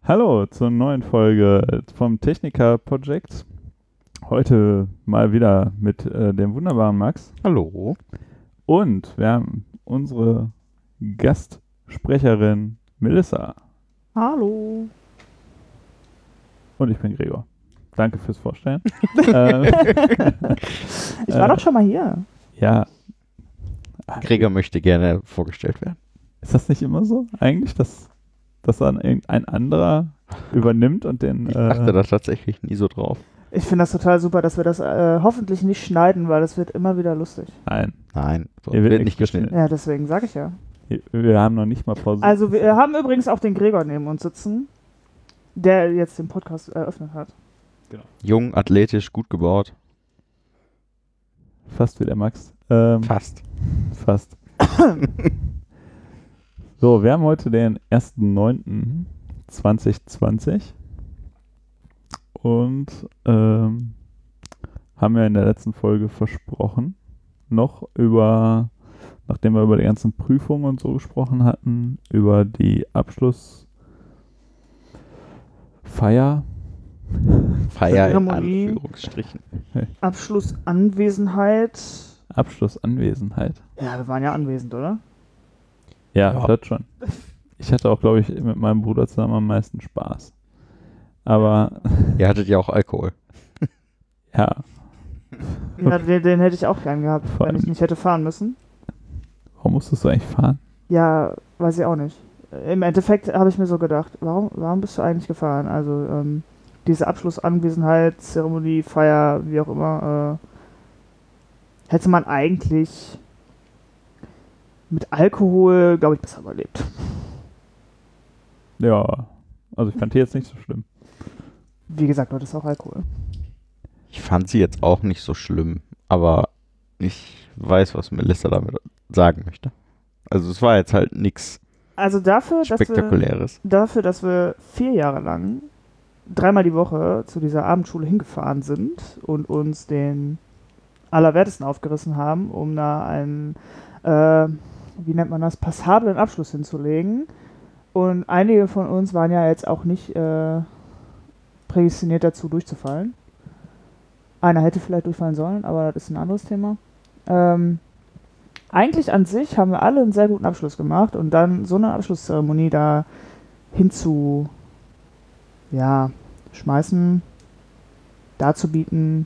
Hallo zur neuen Folge vom Techniker Project. Heute mal wieder mit dem wunderbaren Max. Hallo. Und wir haben unsere Gastsprecherin Melissa. Hallo. Und ich bin Gregor. Danke fürs Vorstellen. Ich war doch schon mal hier. Ja. Gregor möchte gerne vorgestellt werden. Ist das nicht immer so eigentlich, dass dann irgendein anderer übernimmt und den... Ich achte da tatsächlich nie so drauf. Ich finde das total super, dass wir das hoffentlich nicht schneiden, weil das wird immer wieder lustig. Nein, So Hier wird nicht geschnitten. Ja, deswegen sage ich ja. Wir haben noch nicht mal pausiert. Also wir haben übrigens auch den Gregor neben uns sitzen, der jetzt den Podcast eröffnet hat. Jung, athletisch, gut gebaut. Fast wie der Max. Fast. So, wir haben heute den 1.9.2020 und haben ja in der letzten Folge versprochen, nachdem wir über die ganzen Prüfungen und so gesprochen hatten, über die Abschlussfeier. Feier in Zeremonie. Anführungsstrichen. Abschlussanwesenheit. Abschlussanwesenheit. Ja, wir waren ja anwesend, oder? Ja, Ja. das schon. Ich hatte auch, glaube ich, mit meinem Bruder zusammen am meisten Spaß. Aber Ihr hattet ja auch Alkohol. ja, Ja, den hätte ich auch gern gehabt, Vor wenn ich allem- nicht hätte fahren müssen. warum musstest du eigentlich fahren? Ja, weiß ich auch nicht. Im Endeffekt habe ich mir so gedacht, warum bist du eigentlich gefahren? Also diese Abschlussanwesenheit, Zeremonie, Feier, wie auch immer, hätte man eigentlich mit Alkohol, glaube ich, besser überlebt. Ja, also ich fand die jetzt nicht so schlimm. Wie gesagt, dort ist auch Alkohol. Ich fand sie jetzt auch nicht so schlimm, aber ich weiß, was Melissa damit sagen möchte. Also es war jetzt halt nichts Also dafür, Spektakuläres. dass wir 4 Jahre lang 3-mal die Woche zu dieser Abendschule hingefahren sind und uns den Allerwertesten aufgerissen haben, um da einen, wie nennt man das, passablen Abschluss hinzulegen. Und einige von uns waren ja jetzt auch nicht prädestiniert dazu, durchzufallen. Einer hätte vielleicht durchfallen sollen, aber das ist ein anderes Thema. Eigentlich an sich haben wir alle einen sehr guten Abschluss gemacht und dann so eine Abschlusszeremonie da schmeißen, darzubieten,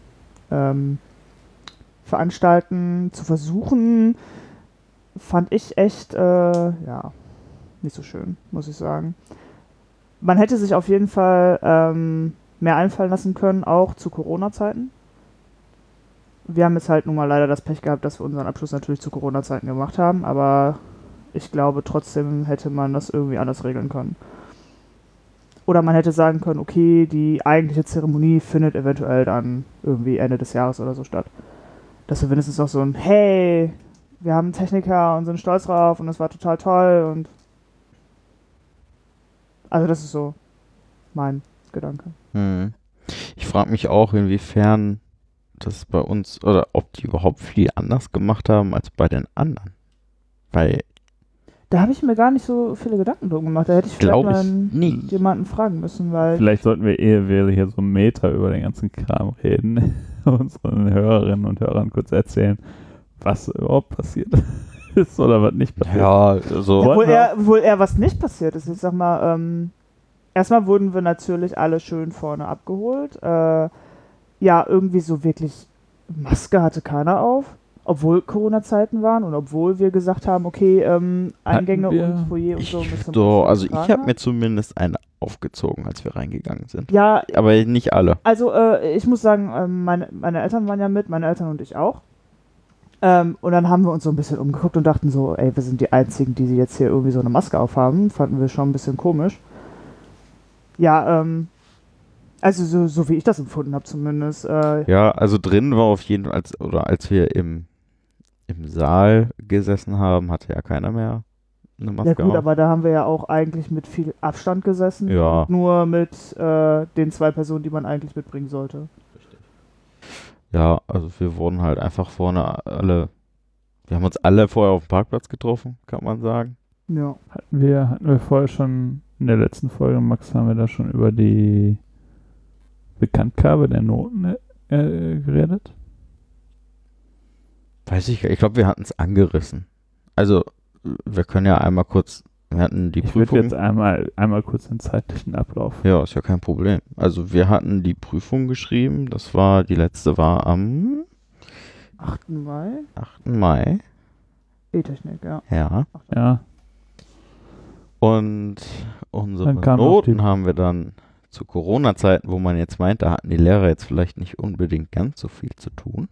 veranstalten, zu versuchen, fand ich echt, nicht so schön, muss ich sagen. Man hätte sich auf jeden Fall mehr einfallen lassen können, auch zu Corona-Zeiten. Wir haben jetzt halt nun mal leider das Pech gehabt, dass wir unseren Abschluss natürlich zu Corona-Zeiten gemacht haben, aber ich glaube trotzdem hätte man das irgendwie anders regeln können. Oder man hätte sagen können, okay, die eigentliche Zeremonie findet eventuell dann irgendwie Ende des Jahres oder so statt. Dass wir wenigstens noch so ein hey, wir haben einen Techniker und sind stolz drauf und es war total toll und also das ist so mein Gedanke. Ich frage mich auch, inwiefern das bei uns, oder ob die überhaupt viel anders gemacht haben als bei den anderen. Weil, Da habe ich mir gar nicht so viele Gedanken drum gemacht. Da hätte ich vielleicht Glaub mal ich nicht. jemanden fragen müssen, weil Vielleicht sollten wir, ehe wir hier so Meter über den ganzen Kram reden, unseren Hörerinnen und Hörern kurz erzählen, was überhaupt passiert ist oder was nicht passiert. ja, so. Wollen wir- wohl eher was nicht passiert ist. Ich sag mal, erstmal wurden wir natürlich alle schön vorne abgeholt. Ja, irgendwie so wirklich Maske hatte keiner auf, obwohl Corona-Zeiten waren und obwohl wir gesagt haben, okay, Eingänge wir- und Foyer und so müssen Also ich tragen. habe mir zumindest eine aufgezogen, als wir reingegangen sind. Ja, Aber nicht alle. also ich muss sagen, meine Eltern waren ja mit, meine Eltern und ich auch. Und dann haben wir uns so ein bisschen umgeguckt und dachten so, ey, wir sind die Einzigen, die jetzt hier irgendwie so eine Maske aufhaben. Fanden wir schon ein bisschen komisch. Ja, also so wie ich das empfunden habe zumindest. Ja, also drin war auf jeden Fall, als wir im Saal gesessen haben, hatte ja keiner mehr eine Maske Ja gut, auf. aber da haben wir ja auch eigentlich mit viel Abstand gesessen. Ja. Und nur mit den 2 Personen, die man eigentlich mitbringen sollte. Ja, also wir wurden halt einfach vorne wir haben uns alle vorher auf dem Parkplatz getroffen, kann man sagen. Ja. Hatten wir vorher schon in der letzten Folge, Max, haben wir da schon über die Bekanntgabe der Noten geredet? Weiß ich, ich glaube, wir hatten es angerissen. Also, wir können ja einmal kurz, wir hatten die Ich würde Prüfung. jetzt einmal kurz den zeitlichen Ablauf. Ja, ist ja kein Problem. Also, wir hatten die Prüfung geschrieben, die letzte war am 8. Mai? 8. Mai. E-Technik, ja. Ja. Ja, Und unsere Dann kam noch Noten die- haben wir dann zu Corona-Zeiten, wo man jetzt meint, da hatten die Lehrer jetzt vielleicht nicht unbedingt ganz so viel zu tun.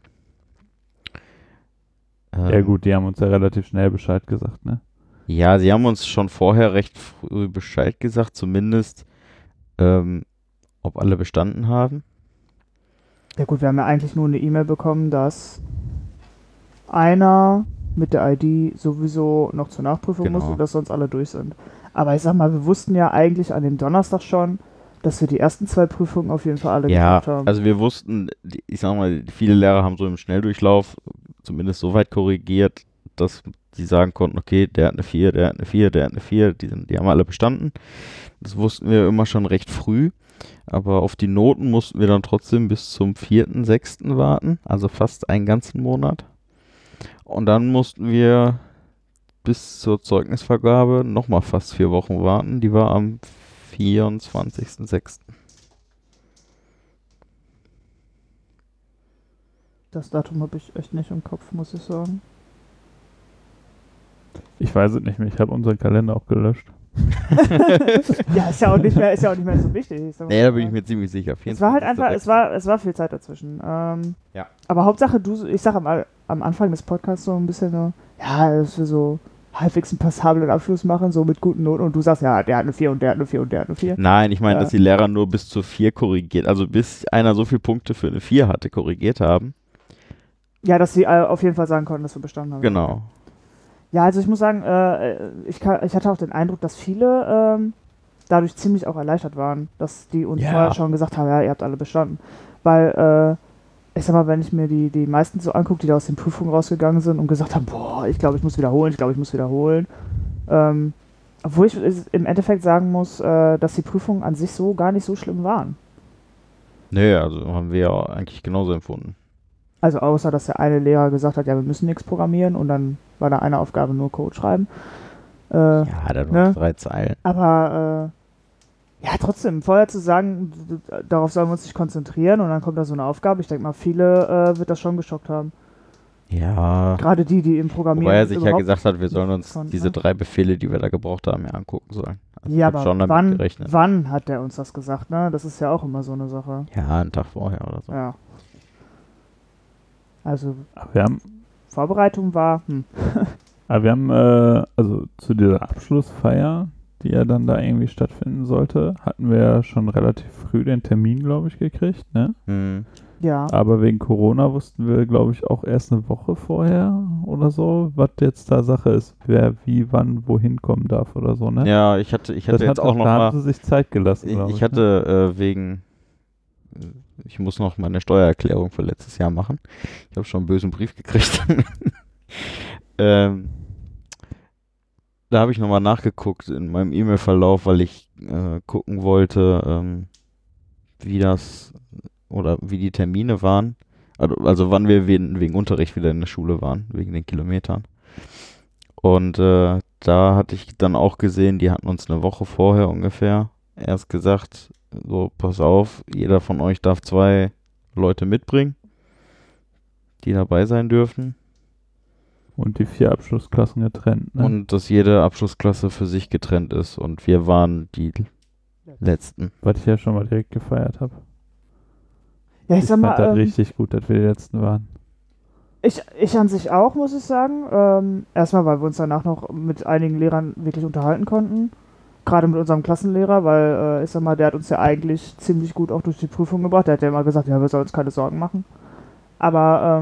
ja gut, die haben uns ja relativ schnell Bescheid gesagt, ne? Ja, sie haben uns schon vorher recht früh Bescheid gesagt, zumindest ob alle bestanden haben. Ja gut, wir haben ja eigentlich nur eine E-Mail bekommen, dass einer mit der ID sowieso noch zur Nachprüfung Genau. muss und dass sonst alle durch sind. Aber ich sag mal, wir wussten ja eigentlich an dem Donnerstag schon, dass wir die ersten 2 Prüfungen auf jeden Fall alle Ja, geschafft haben. also wir wussten, ich sag mal, viele Lehrer haben so im Schnelldurchlauf zumindest so weit korrigiert, dass sie sagen konnten, okay, der hat eine 4, der hat eine 4, der hat eine 4, die haben alle bestanden. Das wussten wir immer schon recht früh, aber auf die Noten mussten wir dann trotzdem bis zum 4.6. warten, also fast einen ganzen Monat. Und dann mussten wir bis zur Zeugnisvergabe nochmal fast 4 Wochen warten. Die war am 24.6. Das Datum habe ich echt nicht im Kopf, muss ich sagen. Ich weiß es nicht mehr, ich habe unseren Kalender auch gelöscht. Ja, ist ja auch nicht mehr so wichtig. Ich sag mal. Nee, da bin ich mir ziemlich sicher. Es war halt einfach, es war viel Zeit dazwischen. Ja. Aber Hauptsache, ich sag am Anfang des Podcasts so ein bisschen so, ja, dass wir so halbwegs einen passablen Abschluss machen, so mit guten Noten und du sagst, ja, der hat eine 4 und der hat eine 4 und der hat eine 4. Nein, ich meine, Ja. dass die Lehrer nur bis zur 4 korrigiert, also bis einer so viele Punkte für eine 4 hatte, korrigiert haben. Ja, dass sie auf jeden Fall sagen konnten, dass wir bestanden haben. Genau. Ja, also ich muss sagen, ich hatte auch den Eindruck, dass viele dadurch ziemlich auch erleichtert waren, dass die uns Ja. vorher schon gesagt haben, ja, ihr habt alle bestanden. Weil, ich sag mal, wenn ich mir die meisten so angucke, die da aus den Prüfungen rausgegangen sind und gesagt haben, boah, ich glaube, ich muss wiederholen, obwohl ich im Endeffekt sagen muss, dass die Prüfungen an sich so gar nicht so schlimm waren. Nee, also haben wir ja eigentlich genauso empfunden. Also außer, dass der eine Lehrer gesagt hat, ja, wir müssen nichts programmieren und dann war da eine Aufgabe nur Code schreiben. Ja, da ne? noch 3 Zeilen. Aber ja, trotzdem, vorher zu sagen, darauf sollen wir uns nicht konzentrieren und dann kommt da so eine Aufgabe. Ich denke mal, viele wird das schon geschockt haben. Ja. Gerade die im Programmieren. Wobei er sich ja überhaupt gesagt hat, wir sollen uns konnten, diese ne? 3 Befehle, die wir da gebraucht haben, ja angucken sollen. Also Ja, ich hab aber schon damit gerechnet. wann hat der uns das gesagt, ne? Das ist ja auch immer so eine Sache. Ja, einen Tag vorher oder so. Ja. Also, Aber wir haben, Vorbereitung war, also zu dieser Abschlussfeier, die ja dann da irgendwie stattfinden sollte, hatten wir ja schon relativ früh den Termin, glaube ich, gekriegt, ne? Hm. ja. Aber wegen Corona wussten wir, glaube ich, auch erst eine Woche vorher oder so, was jetzt da Sache ist, wer wie, wann, wohin kommen darf oder so, ne? Ja, ich hatte jetzt auch noch da mal. haben sie sich Zeit gelassen, glaub Ich ne? hatte ich muss noch meine Steuererklärung für letztes Jahr machen. Ich habe schon einen bösen Brief gekriegt. Da habe ich nochmal nachgeguckt in meinem E-Mail-Verlauf, weil ich gucken wollte, wie die Termine waren. Also wann wir wegen Unterricht wieder in der Schule waren, wegen den Kilometern. Und da hatte ich dann auch gesehen, die hatten uns eine Woche vorher ungefähr erst gesagt, so, pass auf, jeder von euch darf 2 Leute mitbringen, die dabei sein dürfen. Und die 4 Abschlussklassen getrennt, ne? Und dass jede Abschlussklasse für sich getrennt ist. Und wir waren die Letzten. Was ich ja schon mal direkt gefeiert habe. Ja, ich Ich sag fand das mal, richtig gut, dass wir die Letzten waren. ich an sich auch, muss ich sagen. Erstmal, weil wir uns danach noch mit einigen Lehrern wirklich unterhalten konnten. Gerade mit unserem Klassenlehrer, weil ich sag mal, der hat uns ja eigentlich ziemlich gut auch durch die Prüfung gebracht. Der hat ja immer gesagt, ja, wir sollen uns keine Sorgen machen. Aber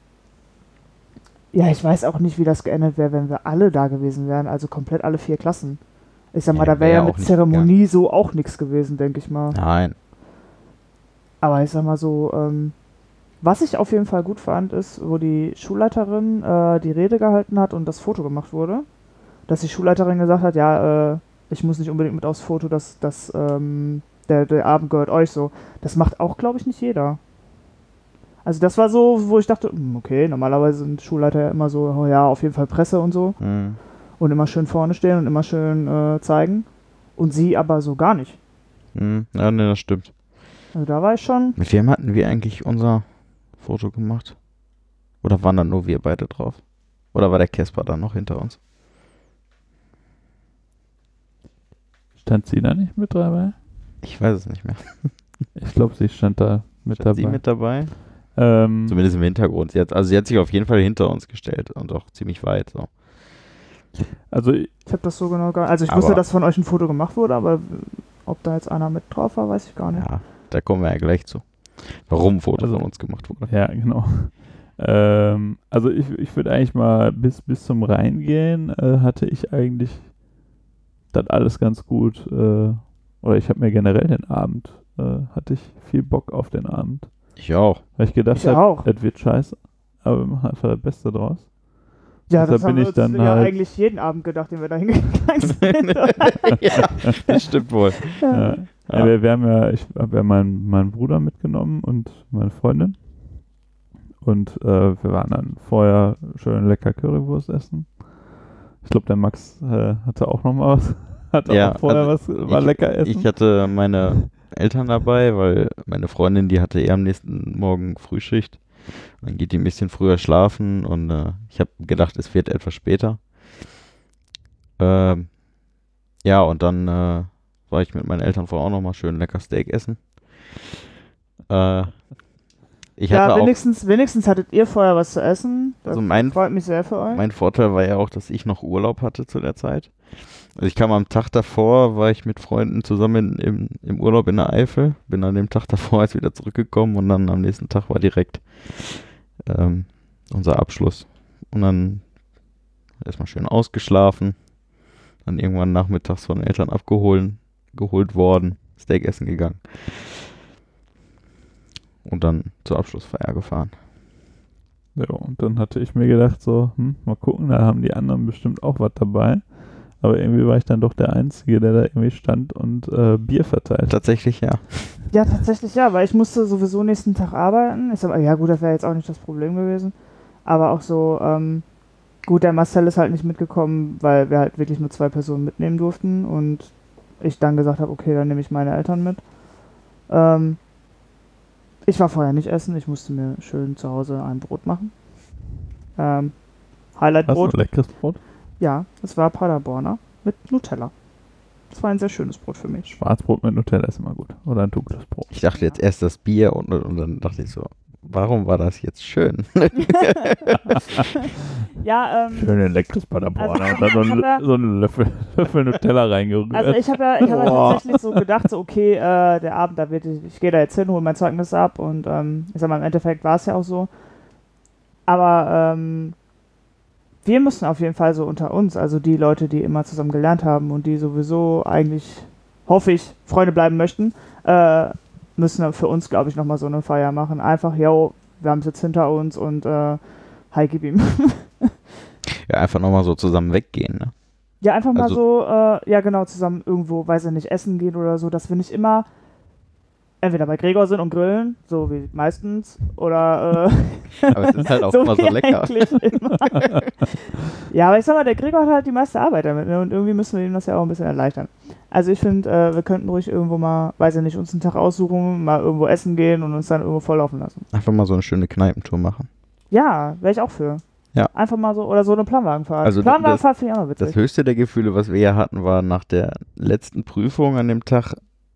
ja, ich weiß auch nicht, wie das geendet wäre, wenn wir alle da gewesen wären, also komplett alle 4 Klassen. Ich sag mal, Ja, da wäre wär ja auch mit nicht Zeremonie so auch nichts gewesen, denke ich mal. Nein. Aber ich sag mal so, was ich auf jeden Fall gut fand, ist, wo die Schulleiterin die Rede gehalten hat und das Foto gemacht wurde, dass die Schulleiterin gesagt hat, ja, ich muss nicht unbedingt mit aufs Foto, der Abend gehört euch so. Das macht auch, glaube ich, nicht jeder. Also das war so, wo ich dachte, okay, normalerweise sind Schulleiter ja immer so, oh ja, auf jeden Fall Presse und so. Mhm. Und immer schön vorne stehen und immer schön zeigen. Und sie aber so gar nicht. Mhm. Ja, ne, das stimmt. Also da war ich schon. Mit wem hatten wir eigentlich unser Foto gemacht? Oder waren da nur wir beide drauf? Oder war der Casper da noch hinter uns? Stand sie da nicht mit dabei? Ich weiß es nicht mehr. Ich glaube, sie stand da mit Stand dabei. sie mit dabei? Ähm, Zumindest im Hintergrund. Sie hat sich auf jeden Fall hinter uns gestellt und auch ziemlich weit. So. also Ich habe das so genau gar nicht. Also ich Aber- wusste, dass von euch ein Foto gemacht wurde, aber ob da jetzt einer mit drauf war, weiß ich gar nicht. Ja, da kommen wir ja gleich zu. Warum ein Foto Also- von uns gemacht wurde. ja, genau. Also ich würde eigentlich mal bis zum Reingehen hatte ich eigentlich das alles ganz gut, oder ich habe mir generell den Abend, hatte ich viel Bock auf den Abend. Ich auch. Weil ich gedacht Ich auch. habe, es wird scheiße, aber wir machen einfach das Beste draus. Ja, Deshalb das haben bin wir ich uns dann ja halt- eigentlich jeden Abend gedacht, den wir da hingegangen sind. Ja, das stimmt wohl. Ja. Ja. Ich habe ja meinen Bruder mitgenommen und meine Freundin. Und wir waren dann vorher schön lecker Currywurst essen. Ich glaube, der Max hatte auch noch mal was. Hatte Ja, auch vorher also war lecker essen. Ich hatte meine Eltern dabei, weil meine Freundin, die hatte am nächsten Morgen Frühschicht. Dann geht die ein bisschen früher schlafen und ich habe gedacht, es wird etwas später. Ja, und dann war ich mit meinen Eltern vorher auch noch mal schön lecker Steak essen. Ich Ja, hatte auch, wenigstens hattet ihr vorher was zu essen. Das also mein freut mich sehr für euch. Mein Vorteil war ja auch, dass ich noch Urlaub hatte zu der Zeit. Also ich kam am Tag davor, war ich mit Freunden zusammen im Urlaub in der Eifel, bin an dem Tag davor jetzt wieder zurückgekommen und dann am nächsten Tag war direkt unser Abschluss. Und dann erstmal schön ausgeschlafen, dann irgendwann nachmittags von den Eltern geholt worden, Steak essen gegangen und dann zur Abschlussfeier gefahren. Ja, und dann hatte ich mir gedacht, so, mal gucken, da haben die anderen bestimmt auch was dabei. Aber irgendwie war ich dann doch der Einzige, der da irgendwie stand und Bier verteilt. Tatsächlich, ja. Ja, tatsächlich ja, weil ich musste sowieso nächsten Tag arbeiten. Ich sag, ja gut, das wäre jetzt auch nicht das Problem gewesen. Aber auch so, gut, der Marcel ist halt nicht mitgekommen, weil wir halt wirklich nur 2 Personen mitnehmen durften und ich dann gesagt habe, okay, dann nehme ich meine Eltern mit. Ich war vorher nicht essen, ich musste mir schön zu Hause ein Brot machen. Hast du Highlightbrot. ein leckeres Brot? Ja, es war Paderborner mit Nutella. Das war ein sehr schönes Brot für mich. Schwarzbrot mit Nutella ist immer gut. Oder ein dunkles Brot. Ich dachte jetzt erst das Bier und dann dachte ich so, warum war das jetzt schön? Ja, Schön ein leckeres Paderborner. Also, und dann ich hab so einen Löffel Nutella reingerührt. also ich habe ja tatsächlich so gedacht, so okay, der Abend, ich gehe da jetzt hin, hole mein Zeugnis ab und ich sag mal, im Endeffekt war es ja auch so. Aber wir müssen auf jeden Fall so unter uns, also die Leute, die immer zusammen gelernt haben und die sowieso eigentlich, hoffe ich, Freunde bleiben möchten, müssen für uns, glaube ich, nochmal so eine Feier machen. Einfach, yo, wir haben es jetzt hinter uns und hi, gib ihm. Ja, einfach nochmal so zusammen weggehen, ne? Ja, einfach mal Also- so, ja genau, zusammen irgendwo, weiß ich nicht, essen gehen oder so, dass wir nicht immer entweder bei Gregor sind und grillen, so wie meistens, oder Aber es ist halt auch immer so wie lecker. eigentlich immer. Ja, aber ich sag mal, der Gregor hat halt die meiste Arbeit damit, ne? Und irgendwie müssen wir ihm das ja auch ein bisschen erleichtern. Also ich finde, wir könnten ruhig irgendwo mal, weiß ich nicht, uns einen Tag aussuchen, mal irgendwo essen gehen und uns dann irgendwo volllaufen lassen. Einfach mal so eine schöne Kneipentour machen. Ja, wäre ich auch für. Ja. Einfach mal so, oder so eine Planwagenfahrt. Also Planwagenfahrt finde ich auch noch Das witzig. höchste der Gefühle, was wir ja hatten, war nach der letzten Prüfung an dem Tag.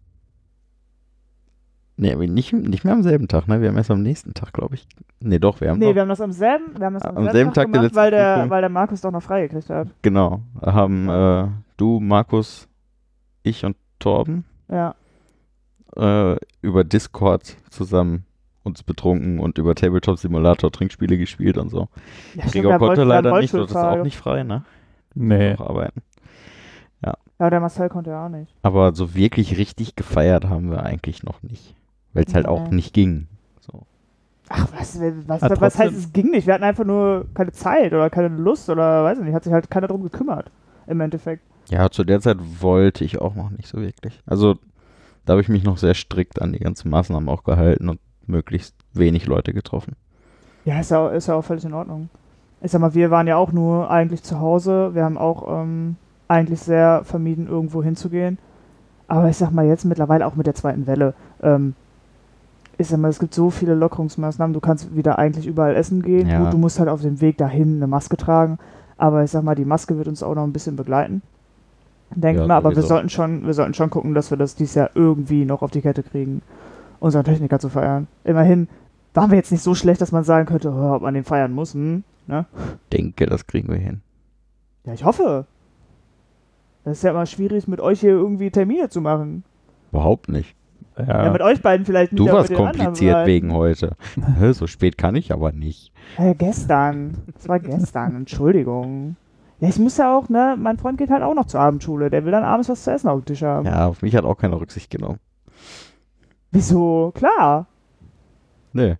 Nee, aber nicht mehr am selben Tag, ne? Wir haben erst am nächsten Tag, glaube ich. Nee, doch, wir haben Nee, noch, wir haben das am selben Am selben Tag der gemacht, letzten weil Prüfung. der Markus doch noch freigekriegt hat. genau, haben du, Markus, ich und Torben Ja. über Discord zusammen uns betrunken und über Tabletop Simulator Trinkspiele gespielt und so. Ja, Gregor konnte leider nicht, das ist auch nicht frei, ne? Nee. Auch arbeiten. Ja, der Marcel konnte ja auch nicht. Aber so wirklich richtig gefeiert haben wir eigentlich noch nicht. Weil es halt auch Nee. nicht ging. So. Ach, was Ah, heißt, trotzdem- es ging nicht? Wir hatten einfach nur keine Zeit oder keine Lust oder weiß ich nicht, hat sich halt keiner drum gekümmert, im Endeffekt. Ja, zu der Zeit wollte ich auch noch nicht so wirklich. Also da habe ich mich noch sehr strikt an die ganzen Maßnahmen auch gehalten und möglichst wenig Leute getroffen. Ja, ist ja auch völlig in Ordnung. Ich sag mal, wir waren ja auch nur eigentlich zu Hause. Wir haben auch eigentlich sehr vermieden, irgendwo hinzugehen. Aber ich sag mal, jetzt mittlerweile auch mit der zweiten Welle, ich sag mal, es gibt so viele Lockerungsmaßnahmen, du kannst wieder eigentlich überall essen gehen. Ja. Gut, du musst halt auf dem Weg dahin eine Maske tragen. Aber ich sag mal, die Maske wird uns auch noch ein bisschen begleiten. Denke ich Ja, mal, aber wir sowieso. sollten schon gucken, dass wir das dieses Jahr irgendwie noch auf die Kette kriegen, unseren Techniker zu feiern. Immerhin waren wir jetzt nicht so schlecht, dass man sagen könnte, oh, ob man den feiern muss. Ne? Denke, das kriegen wir hin. Ja, ich hoffe. Das ist ja immer schwierig, mit euch hier irgendwie Termine zu machen. Überhaupt nicht. Ja, mit euch beiden vielleicht nicht. Du aber warst mit den anderen kompliziert beiden. wegen heute. Hä, so spät kann ich aber nicht. Ja, gestern. Das war gestern, Entschuldigung. Ja, ich muss ja auch, ne, mein Freund geht halt auch noch zur Abendschule. Der will dann abends was zu essen auf dem Tisch haben. Ja, auf mich hat auch keine Rücksicht genommen. Wieso? Klar. Nee.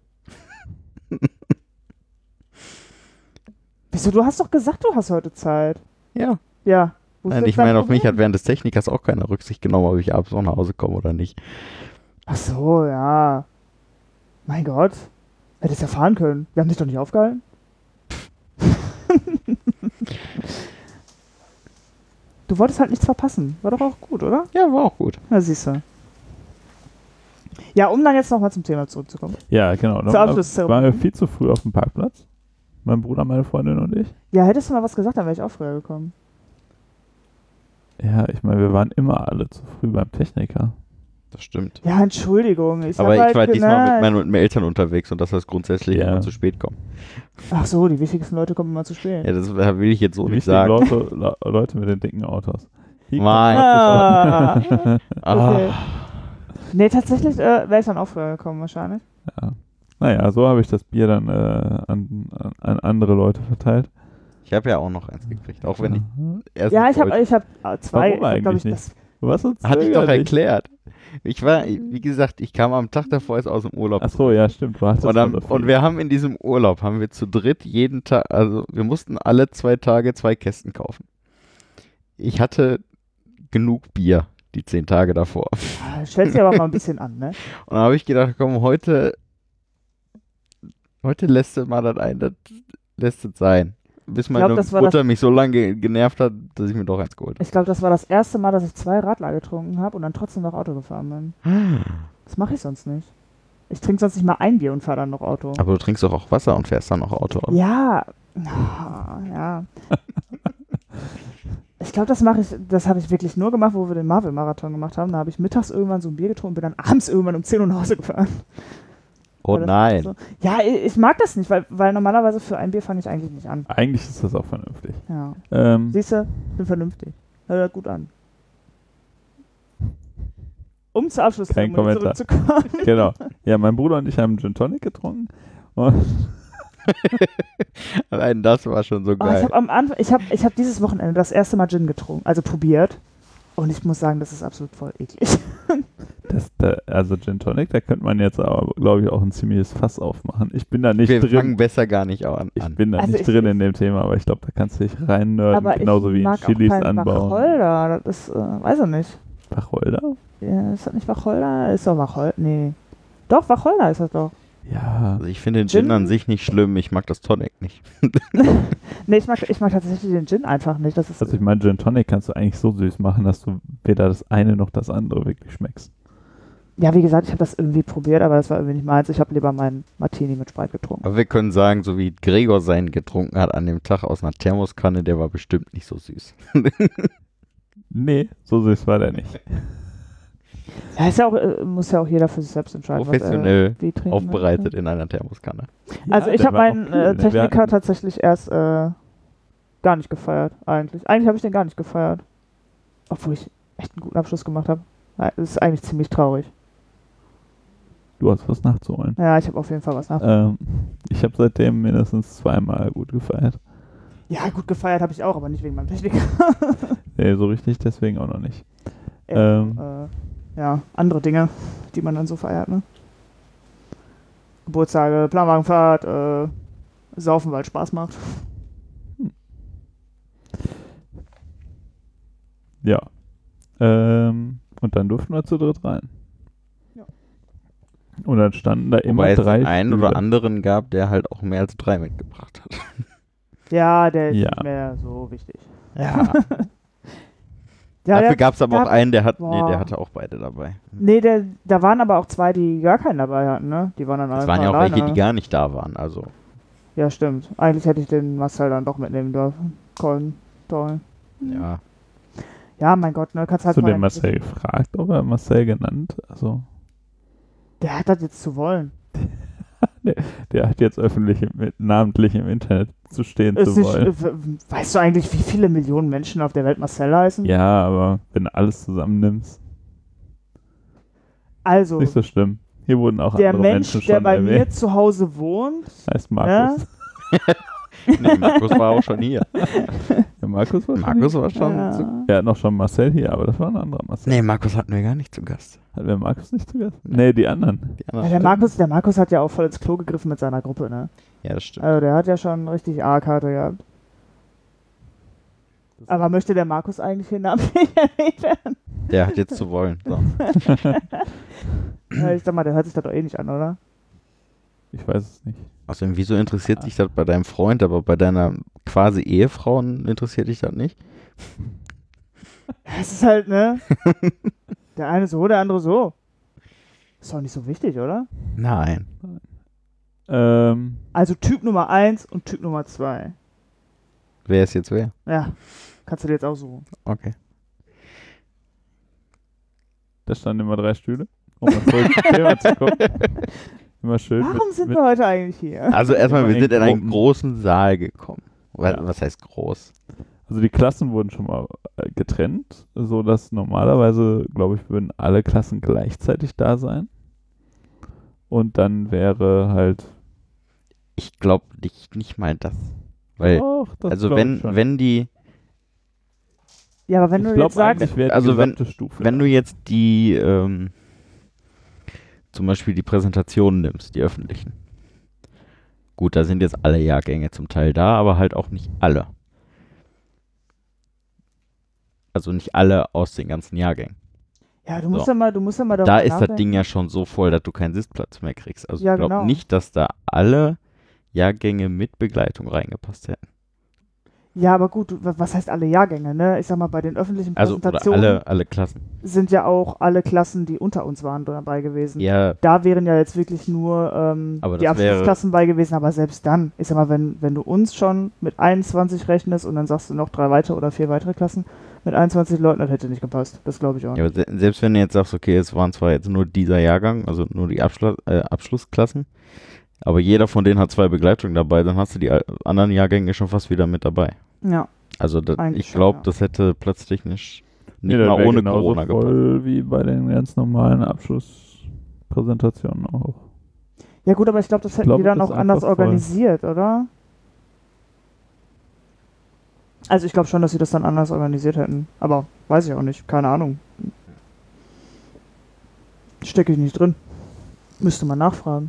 Wieso? Du hast doch gesagt, du hast heute Zeit. Ja. Ja. Wo ist Nein, jetzt ich dein meine, auf mich Problem? hat während des Technikers auch keine Rücksicht genommen, ob ich abends noch nach Hause komme oder nicht. Ach so, ja. Mein Gott. Hättest ja fahren können. Wir haben dich doch nicht aufgehalten. Du wolltest halt nichts verpassen. War doch auch gut, oder? Ja, war auch gut. Na, siehst du. Ja, um dann jetzt nochmal zum Thema zurückzukommen. Ja, genau. Zur Dann Abschlusszeremonie. waren wir viel zu früh auf dem Parkplatz. Mein Bruder, meine Freundin und ich. Ja, hättest du mal was gesagt, dann wäre ich auch früher gekommen. Ja, ich meine, wir waren immer alle zu früh beim Techniker. Das stimmt. Ja, Entschuldigung. Aber ich war diesmal mit ne, meinen Eltern unterwegs und das heißt grundsätzlich Ja. immer zu spät kommen. Ach so, die wichtigsten Leute kommen immer zu spät. Ja, das will ich jetzt so Die nicht wichtigen sagen. Leute mit den dicken Autos. Hier Mein. Ah, okay. Ah, Nee, tatsächlich wäre ich dann auch früher gekommen, wahrscheinlich. Ja. Naja, so habe ich das Bier dann an andere Leute verteilt. ich habe ja auch noch eins gekriegt, auch wenn ich erst Ja, nicht wollte. ich hab zwei. Warum eigentlich glaub ich, nicht? Du warst uns Hatte ich doch zögerlich. erklärt. Ich war, wie gesagt, ich kam am Tag davor erst aus dem Urlaub. Ach so, ja, stimmt. Du hast Und, und wir haben in diesem Urlaub, haben wir zu dritt jeden Tag, also wir mussten alle 2 Tage 2 Kästen kaufen. Ich hatte genug Bier, die 10 Tage davor. Stellt sich aber mal ein bisschen an, ne? Und dann habe ich gedacht, komm, heute lässt du mal das ein, das lässt es sein. Bis meine das war Mutter mich so lange genervt hat, dass ich mir doch eins geholt Ich glaube, das war das erste Mal, dass ich 2 Radler getrunken habe und dann trotzdem noch Auto gefahren bin. habe. Das mache ich sonst nicht. Ich trinke sonst nicht mal ein Bier und fahre dann noch Auto. Aber du trinkst doch auch Wasser und fährst dann noch Auto. Oder? Ja. Ja. Ich glaube, das habe ich wirklich nur gemacht, wo wir den Marvel-Marathon gemacht haben. Da habe ich mittags irgendwann so ein Bier getrunken und bin dann abends irgendwann um 10 Uhr nach Hause gefahren. Oh Weil das nein. So. Ja, ich mag das nicht, weil normalerweise für ein Bier fange ich eigentlich nicht an. Eigentlich ist das auch vernünftig. Ja. Siehst du, bin vernünftig. Hört gut an. Um zur Kein Abschlusszeremonie Kommentar. zurückzukommen. Genau. Ja, mein Bruder und ich haben Gin Tonic getrunken. Und Allein das war schon so Oh, geil. ich hab dieses Wochenende das erste Mal Gin getrunken, also probiert. Und ich muss sagen, das ist absolut voll eklig. also Gin Tonic, da könnte man jetzt aber, glaube ich, auch ein ziemliches Fass aufmachen. Ich bin da nicht Wir drin. fangen besser gar nicht an. Ich bin da Also nicht drin in dem Thema, aber ich glaube, da kannst du dich rein nerden, Aber genauso ich wie mag Chilis auch keinen anbauen. Wacholder. Das ist, weiß ich nicht. Wacholder? Ja, ist das nicht Wacholder? Ist doch Wacholder. Nee. Doch, Wacholder ist das doch. Ja. Also ich finde den Gin Gin? an sich nicht schlimm, ich mag das Tonic nicht. Nee, ich mag tatsächlich den Gin einfach nicht. Das ist, Also ich meine, Gin Tonic kannst du eigentlich so süß machen, dass du weder das eine noch das andere wirklich schmeckst. ja, wie gesagt, ich habe das irgendwie probiert, aber das war irgendwie nicht meins. Ich habe lieber meinen Martini mit Sprite getrunken. Aber wir können sagen, so wie Gregor seinen getrunken hat an dem Tag aus einer Thermoskanne, der war bestimmt nicht so süß. Nee, so süß war der nicht. Ja, ist ja auch, muss ja auch jeder für sich selbst entscheiden. Professionell wie trinken aufbereitet möchte. in einer Thermoskanne. Also ich der habe war auch meinen cool, ne? Wir Techniker hatten- tatsächlich erst gar nicht gefeiert, eigentlich. Eigentlich habe ich den gar nicht gefeiert. Obwohl ich echt einen guten Abschluss gemacht habe. Das ist eigentlich ziemlich traurig. Du hast was nachzuholen. Ja, ich habe auf jeden Fall was nach. Ich habe seitdem mindestens zweimal gut gefeiert. Ja, gut gefeiert habe ich auch, aber nicht wegen meinem Techniker. Nee, so richtig deswegen auch noch nicht. Ja, andere Dinge, die man dann so feiert, ne? Geburtstage, Planwagenfahrt, Saufen, weil es Spaß macht. Ja. Und dann durften wir zu dritt rein. Ja. Und dann standen da immer Wobei es 3 den einen Stühle. oder anderen gab, der halt auch mehr als 3 mitgebracht hat. Ja, der ist Ja. nicht mehr so wichtig. Ja. Ja, Dafür ja, gab es aber auch einen, der Boah. hatte auch beide dabei. Nee, da waren aber auch 2, die gar keinen dabei hatten, ne? Die waren dann Es einfach waren ja auch alleine. welche, die gar nicht da waren. Also Ja, stimmt. Eigentlich hätte ich den Marcel dann doch mitnehmen dürfen. Toll. ja. Ja, mein Gott, ne? Kannst halt Hast du mal den Marcel gefragt, ob er Marcel genannt? Also, Der hat das jetzt zu wollen. der hat jetzt namentlich im Internet zu stehen Ist zu nicht, wollen. weißt du eigentlich, wie viele Millionen Menschen auf der Welt Marcel heißen? Ja, aber wenn du alles zusammennimmst, Also, nicht so schlimm. Hier wurden auch der andere Mensch, Menschen der schon bei mir erwähnt. zu Hause wohnt, Heißt Markus. Nee, Markus war auch schon hier. Ja, Markus war Markus schon war schon ja. zu. Er hat noch schon Marcel hier, aber das war ein anderer Marcel. Nee, Markus hatten wir gar nicht zu Gast. Hatten wir Markus nicht zu Gast? Nee, die anderen. Die Ja, anderen der Markus hat ja auch voll ins Klo gegriffen mit seiner Gruppe, ne? Ja, das stimmt. Also der hat ja schon richtig A-Karte gehabt. Aber möchte der Markus eigentlich hier namentlich erwähnt werden? Der hat jetzt zu wollen. So. Ja, ich sag mal, der hört sich das doch eh nicht an, oder? Ich weiß es nicht. Außerdem, wieso interessiert dich das bei deinem Freund, aber bei deiner quasi Ehefrau interessiert dich das nicht? Es ist halt, ne? Der eine so, der andere so. Ist doch nicht so wichtig, oder? Nein. Also Typ Nummer 1 und Typ Nummer 2. Wer ist jetzt wer? Ja, kannst du dir jetzt aussuchen. Okay. Da standen immer 3 Stühle, um mal zurück zum Thema zu kommen. Immer schön. Warum sind wir heute eigentlich hier? Also erstmal, wir in sind in einen Gruppen. großen Saal gekommen. Ja. Was heißt groß? Also die Klassen wurden schon mal getrennt, so dass normalerweise, glaube ich, würden alle Klassen gleichzeitig da sein. Und dann wäre halt. Ich glaube nicht mal das. Weil, Doch, das also glaub ich schon. wenn die, Ja, aber wenn ich du glaube jetzt sagst, eigentlich wäre die also gesamte Stufe. wenn du jetzt die, zum Beispiel die Präsentationen nimmst, die öffentlichen. Gut, da sind jetzt alle Jahrgänge zum Teil da, aber halt auch nicht alle. Also nicht alle aus den ganzen Jahrgängen. ja, du musst So. ja mal darüber Da ist das nachdenken. Ding ja schon so voll, dass du keinen Sitzplatz mehr kriegst. Also Ja, ich glaube genau. nicht, dass da alle Jahrgänge mit Begleitung reingepasst hätten. Ja, aber gut, was heißt alle Jahrgänge, ne? Ich sag mal, bei den öffentlichen Also oder Präsentationen alle Klassen. sind ja auch alle Klassen, die unter uns waren, dabei gewesen. Ja, Da wären ja jetzt wirklich nur Aber die das wäre- Abschlussklassen bei gewesen, aber selbst dann, ich sag mal, wenn du uns schon mit 21 rechnest und dann sagst du noch 3 weitere oder 4 weitere Klassen mit 21 Leuten, das hätte nicht gepasst. Das glaube ich auch. ja, aber selbst wenn du jetzt sagst, okay, es waren zwar jetzt nur dieser Jahrgang, also nur die Abschlussklassen, aber jeder von denen hat 2 Begleitungen dabei, dann hast du die anderen Jahrgänge schon fast wieder mit dabei. Ja. Also Eigentlich ich schon, glaube, ja. das hätte platztechnisch nicht das mal wär ohne genauso Corona gepasst. voll wie bei den ganz normalen Abschlusspräsentationen auch. Ja gut, aber ich glaube, das hätten glaub, die dann das auch ist anders einfach voll. organisiert, oder? Also ich glaube schon, dass sie das dann anders organisiert hätten. Aber weiß ich auch nicht. Keine Ahnung. Stecke ich nicht drin. Müsste man nachfragen.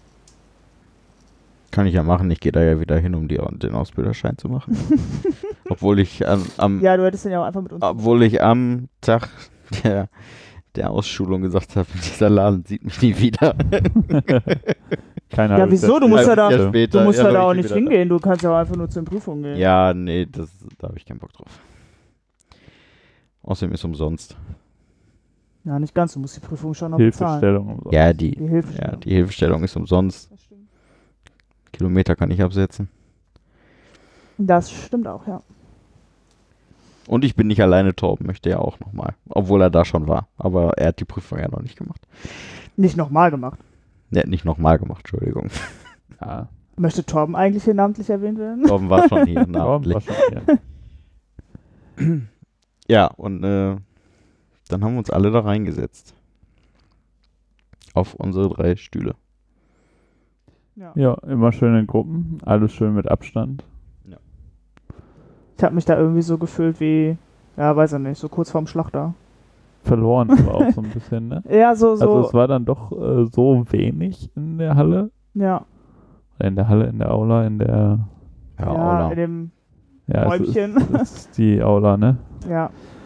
Kann ich ja machen, ich gehe da ja wieder hin, um den Ausbilderschein zu machen. Obwohl ich Ja, du hättest den ja auch einfach mit uns. obwohl ich am Tag der Ausschulung gesagt habe, dieser Laden sieht mich nie wieder. Keine Ja, Ahnung, wieso? Du das- musst ja da- Jahr später, Du musst ja da auch bin ich nicht wieder hingehen. Du kannst ja auch einfach nur zur Prüfung gehen. Ja, nee, da habe ich keinen Bock drauf. Außerdem ist umsonst. Ja, nicht ganz. Du musst die Prüfung schon noch bezahlen. Hilfestellung und so. Ja, Die Hilfestellung. die Hilfestellung ist umsonst. Das stimmt. Kilometer kann ich absetzen. Das stimmt auch, ja. Und ich bin nicht alleine, Torben möchte ja auch nochmal. Obwohl er da schon war. Aber er hat die Prüfung ja noch nicht gemacht. Nicht nochmal gemacht. Er hat nicht nochmal gemacht, Entschuldigung. Ja, Möchte Torben eigentlich hier namentlich erwähnt werden? Torben war schon hier. Torben war namentlich. schon hier. Ja, und dann haben wir uns alle da reingesetzt. Auf unsere 3 Stühle. Ja, immer schön in Gruppen, alles schön mit Abstand. Ich habe mich da irgendwie so gefühlt wie, ja, weiß ich nicht, so kurz vorm Schlachter. Verloren aber auch so ein bisschen, ne? Ja, so, Also es war dann doch so wenig in der Halle. ja, In der Halle, in der Aula, in der... ja, Aula. in dem Ja, Räumchen. es ist die Aula, ne? Ja,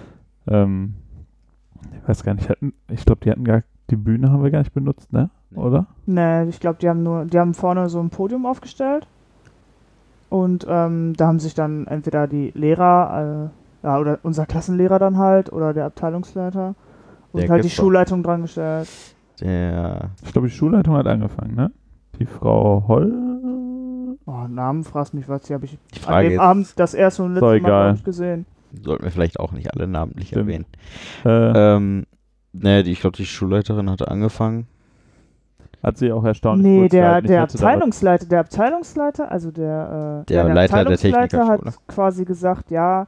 Ich weiß gar nicht, ich glaube, die Bühne haben wir gar nicht benutzt, ne? Nee. Oder? Ne, ich glaube, die haben vorne so ein Podium aufgestellt und da haben sich dann entweder die Lehrer, oder unser Klassenlehrer dann halt oder der Abteilungsleiter und Der halt die gibt's doch. Schulleitung dran gestellt. Ich glaube, die Schulleitung hat angefangen, ne? Die Frau Holl. Oh, Namen fragst mich was, die habe ich Die an Frage dem ist, Abend das erste und Ist letzte doch Mal egal. glaub ich, gesehen. sollten wir vielleicht auch nicht alle namentlich Stimmt. erwähnen. Äh, Ich glaube, die Schulleiterin hatte angefangen. Hat sie auch erstaunlich Nee, kurz der gehalten. Ich hätte da Abteilungsleiter, also der Der Leiter der Abteilungsleiter hat Technikerschule. quasi gesagt, ja,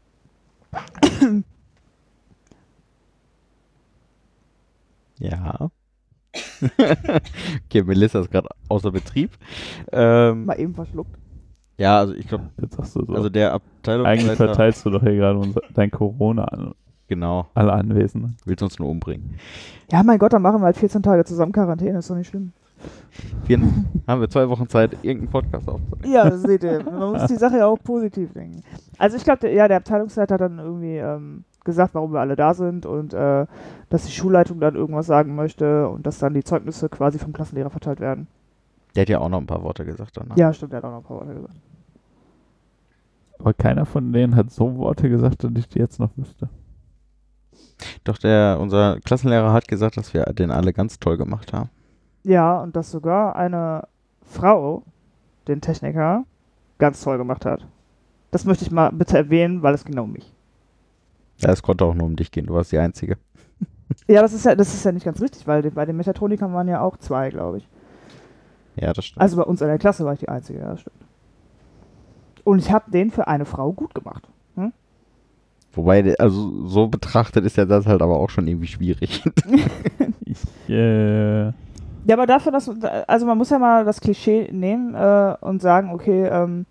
Ja. Okay, Melissa ist gerade außer Betrieb. Ähm, mal eben verschluckt. ja, also ich glaube, Jetzt sagst du so. also der Eigentlich Abteilungsleiter, verteilst du doch hier gerade dein Corona an genau, alle Anwesenden. willst uns nur umbringen. Ja, mein Gott, dann machen wir halt 14 Tage zusammen Quarantäne, ist doch nicht schlimm. Haben wir 2 Wochen Zeit, irgendeinen Podcast aufzunehmen. Ja, das seht ihr. Man muss die Sache ja auch positiv denken. Also ich glaube, der Abteilungsleiter hat dann irgendwie gesagt, warum wir alle da sind und dass die Schulleitung dann irgendwas sagen möchte und dass dann die Zeugnisse quasi vom Klassenlehrer verteilt werden. Der hat ja auch noch ein paar Worte gesagt danach. Ja, stimmt, der hat auch noch ein paar Worte gesagt. Aber keiner von denen hat so Worte gesagt, dass ich die jetzt noch wüsste. Doch unser Klassenlehrer hat gesagt, dass wir den alle ganz toll gemacht haben. Ja, und dass sogar eine Frau den Techniker ganz toll gemacht hat. Das möchte ich mal bitte erwähnen, weil es ging um mich. Ja, es konnte auch nur um dich gehen, du warst die Einzige. Ja, das ist ja nicht ganz richtig, weil bei den Mechatronikern waren ja auch 2, glaube ich. Ja, das stimmt. Also bei uns in der Klasse war ich die Einzige, ja, das stimmt. Und ich habe den für eine Frau gut gemacht. Wobei, also so betrachtet ist ja das halt aber auch schon irgendwie schwierig. Ja, aber dafür, also man muss ja mal das Klischee nehmen und sagen, okay,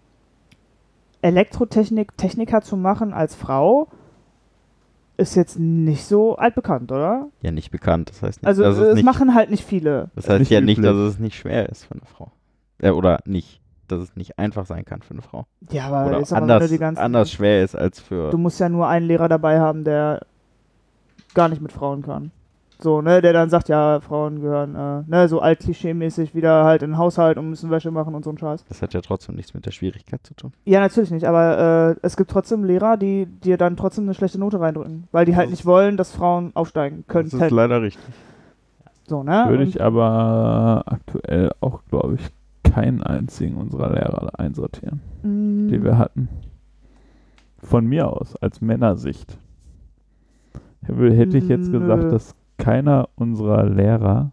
Techniker zu machen als Frau ist jetzt nicht so altbekannt, oder? Ja, nicht bekannt, das heißt nicht, Also dass es es nicht, machen halt nicht viele. das heißt nicht ja nicht, üblich. dass es nicht schwer ist für eine Frau. Oder nicht, dass es nicht einfach sein kann für eine Frau. Ja, aber Oder jetzt sag mal, wenn du die ganzen, anders schwer ist als für... du musst ja nur einen Lehrer dabei haben, der gar nicht mit Frauen kann. So, ne, der dann sagt, ja, Frauen gehören, so alt-klischee-mäßig wieder halt in den Haushalt und müssen Wäsche machen und so ein Scheiß. Das hat ja trotzdem nichts mit der Schwierigkeit zu tun. Ja, natürlich nicht, aber es gibt trotzdem Lehrer, die dir dann trotzdem eine schlechte Note reindrücken, weil die halt Das nicht wollen, dass Frauen aufsteigen können. Das ist leider richtig. So, ne? Würde Und- ich aber aktuell auch, glaube ich, keinen einzigen unserer Lehrer einsortieren, die wir hatten. Von mir aus, als Männersicht. Hätte ich jetzt Nö. gesagt, dass keiner unserer Lehrer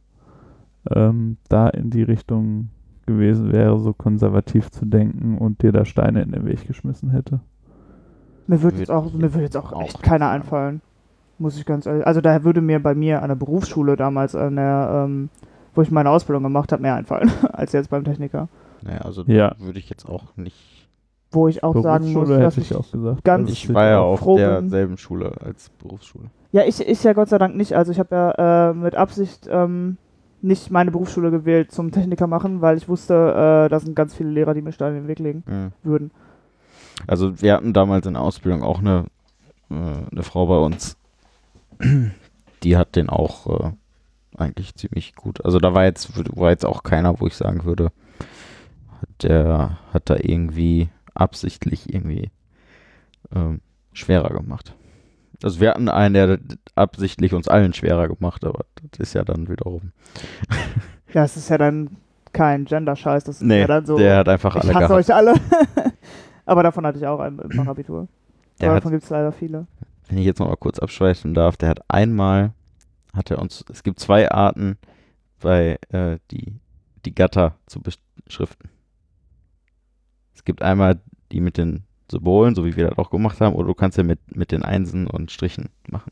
da in die Richtung gewesen wäre, so konservativ zu denken und dir da Steine in den Weg geschmissen hätte. Mir würde jetzt auch echt keiner einfallen. Muss ich ganz ehrlich. Also da würde mir bei mir an der Berufsschule damals an der, wo ich meine Ausbildung gemacht habe, mehr einfallen als jetzt beim Techniker. Naja, also Ja. würde ich jetzt auch nicht... Wo ich auch sagen muss, Berufsschule dass hätte ich auch gesagt. ganz- Das Ich ist war ja auch- auf froh bin. derselben Schule als Berufsschule. Ja, ich ja Gott sei Dank nicht. Also ich habe ja mit Absicht nicht meine Berufsschule gewählt zum Techniker machen, weil ich wusste, da sind ganz viele Lehrer, die mir Steine in den Weg legen würden. Also wir hatten damals in der Ausbildung auch eine Frau bei uns, die hat den auch eigentlich ziemlich gut. Also da war jetzt auch keiner, wo ich sagen würde, der hat da irgendwie absichtlich irgendwie schwerer gemacht. Also wir hatten einen, der absichtlich uns allen schwerer gemacht, aber das ist ja dann wiederum. Ja, es ist ja dann kein Gender-Scheiß, das ist Nee, ja dann so, der hat einfach ich alle hasse gehabt. euch alle. Aber davon hatte ich auch einen im Fachabitur. Der Aber hat, davon gibt es leider viele. wenn ich jetzt noch mal kurz abschweifen darf, der hat einmal, es gibt 2 Arten, bei die Gatter zu beschriften. Es gibt einmal die mit den Symbolen, so wie wir das auch gemacht haben, oder du kannst ja mit den Einsen und Strichen machen.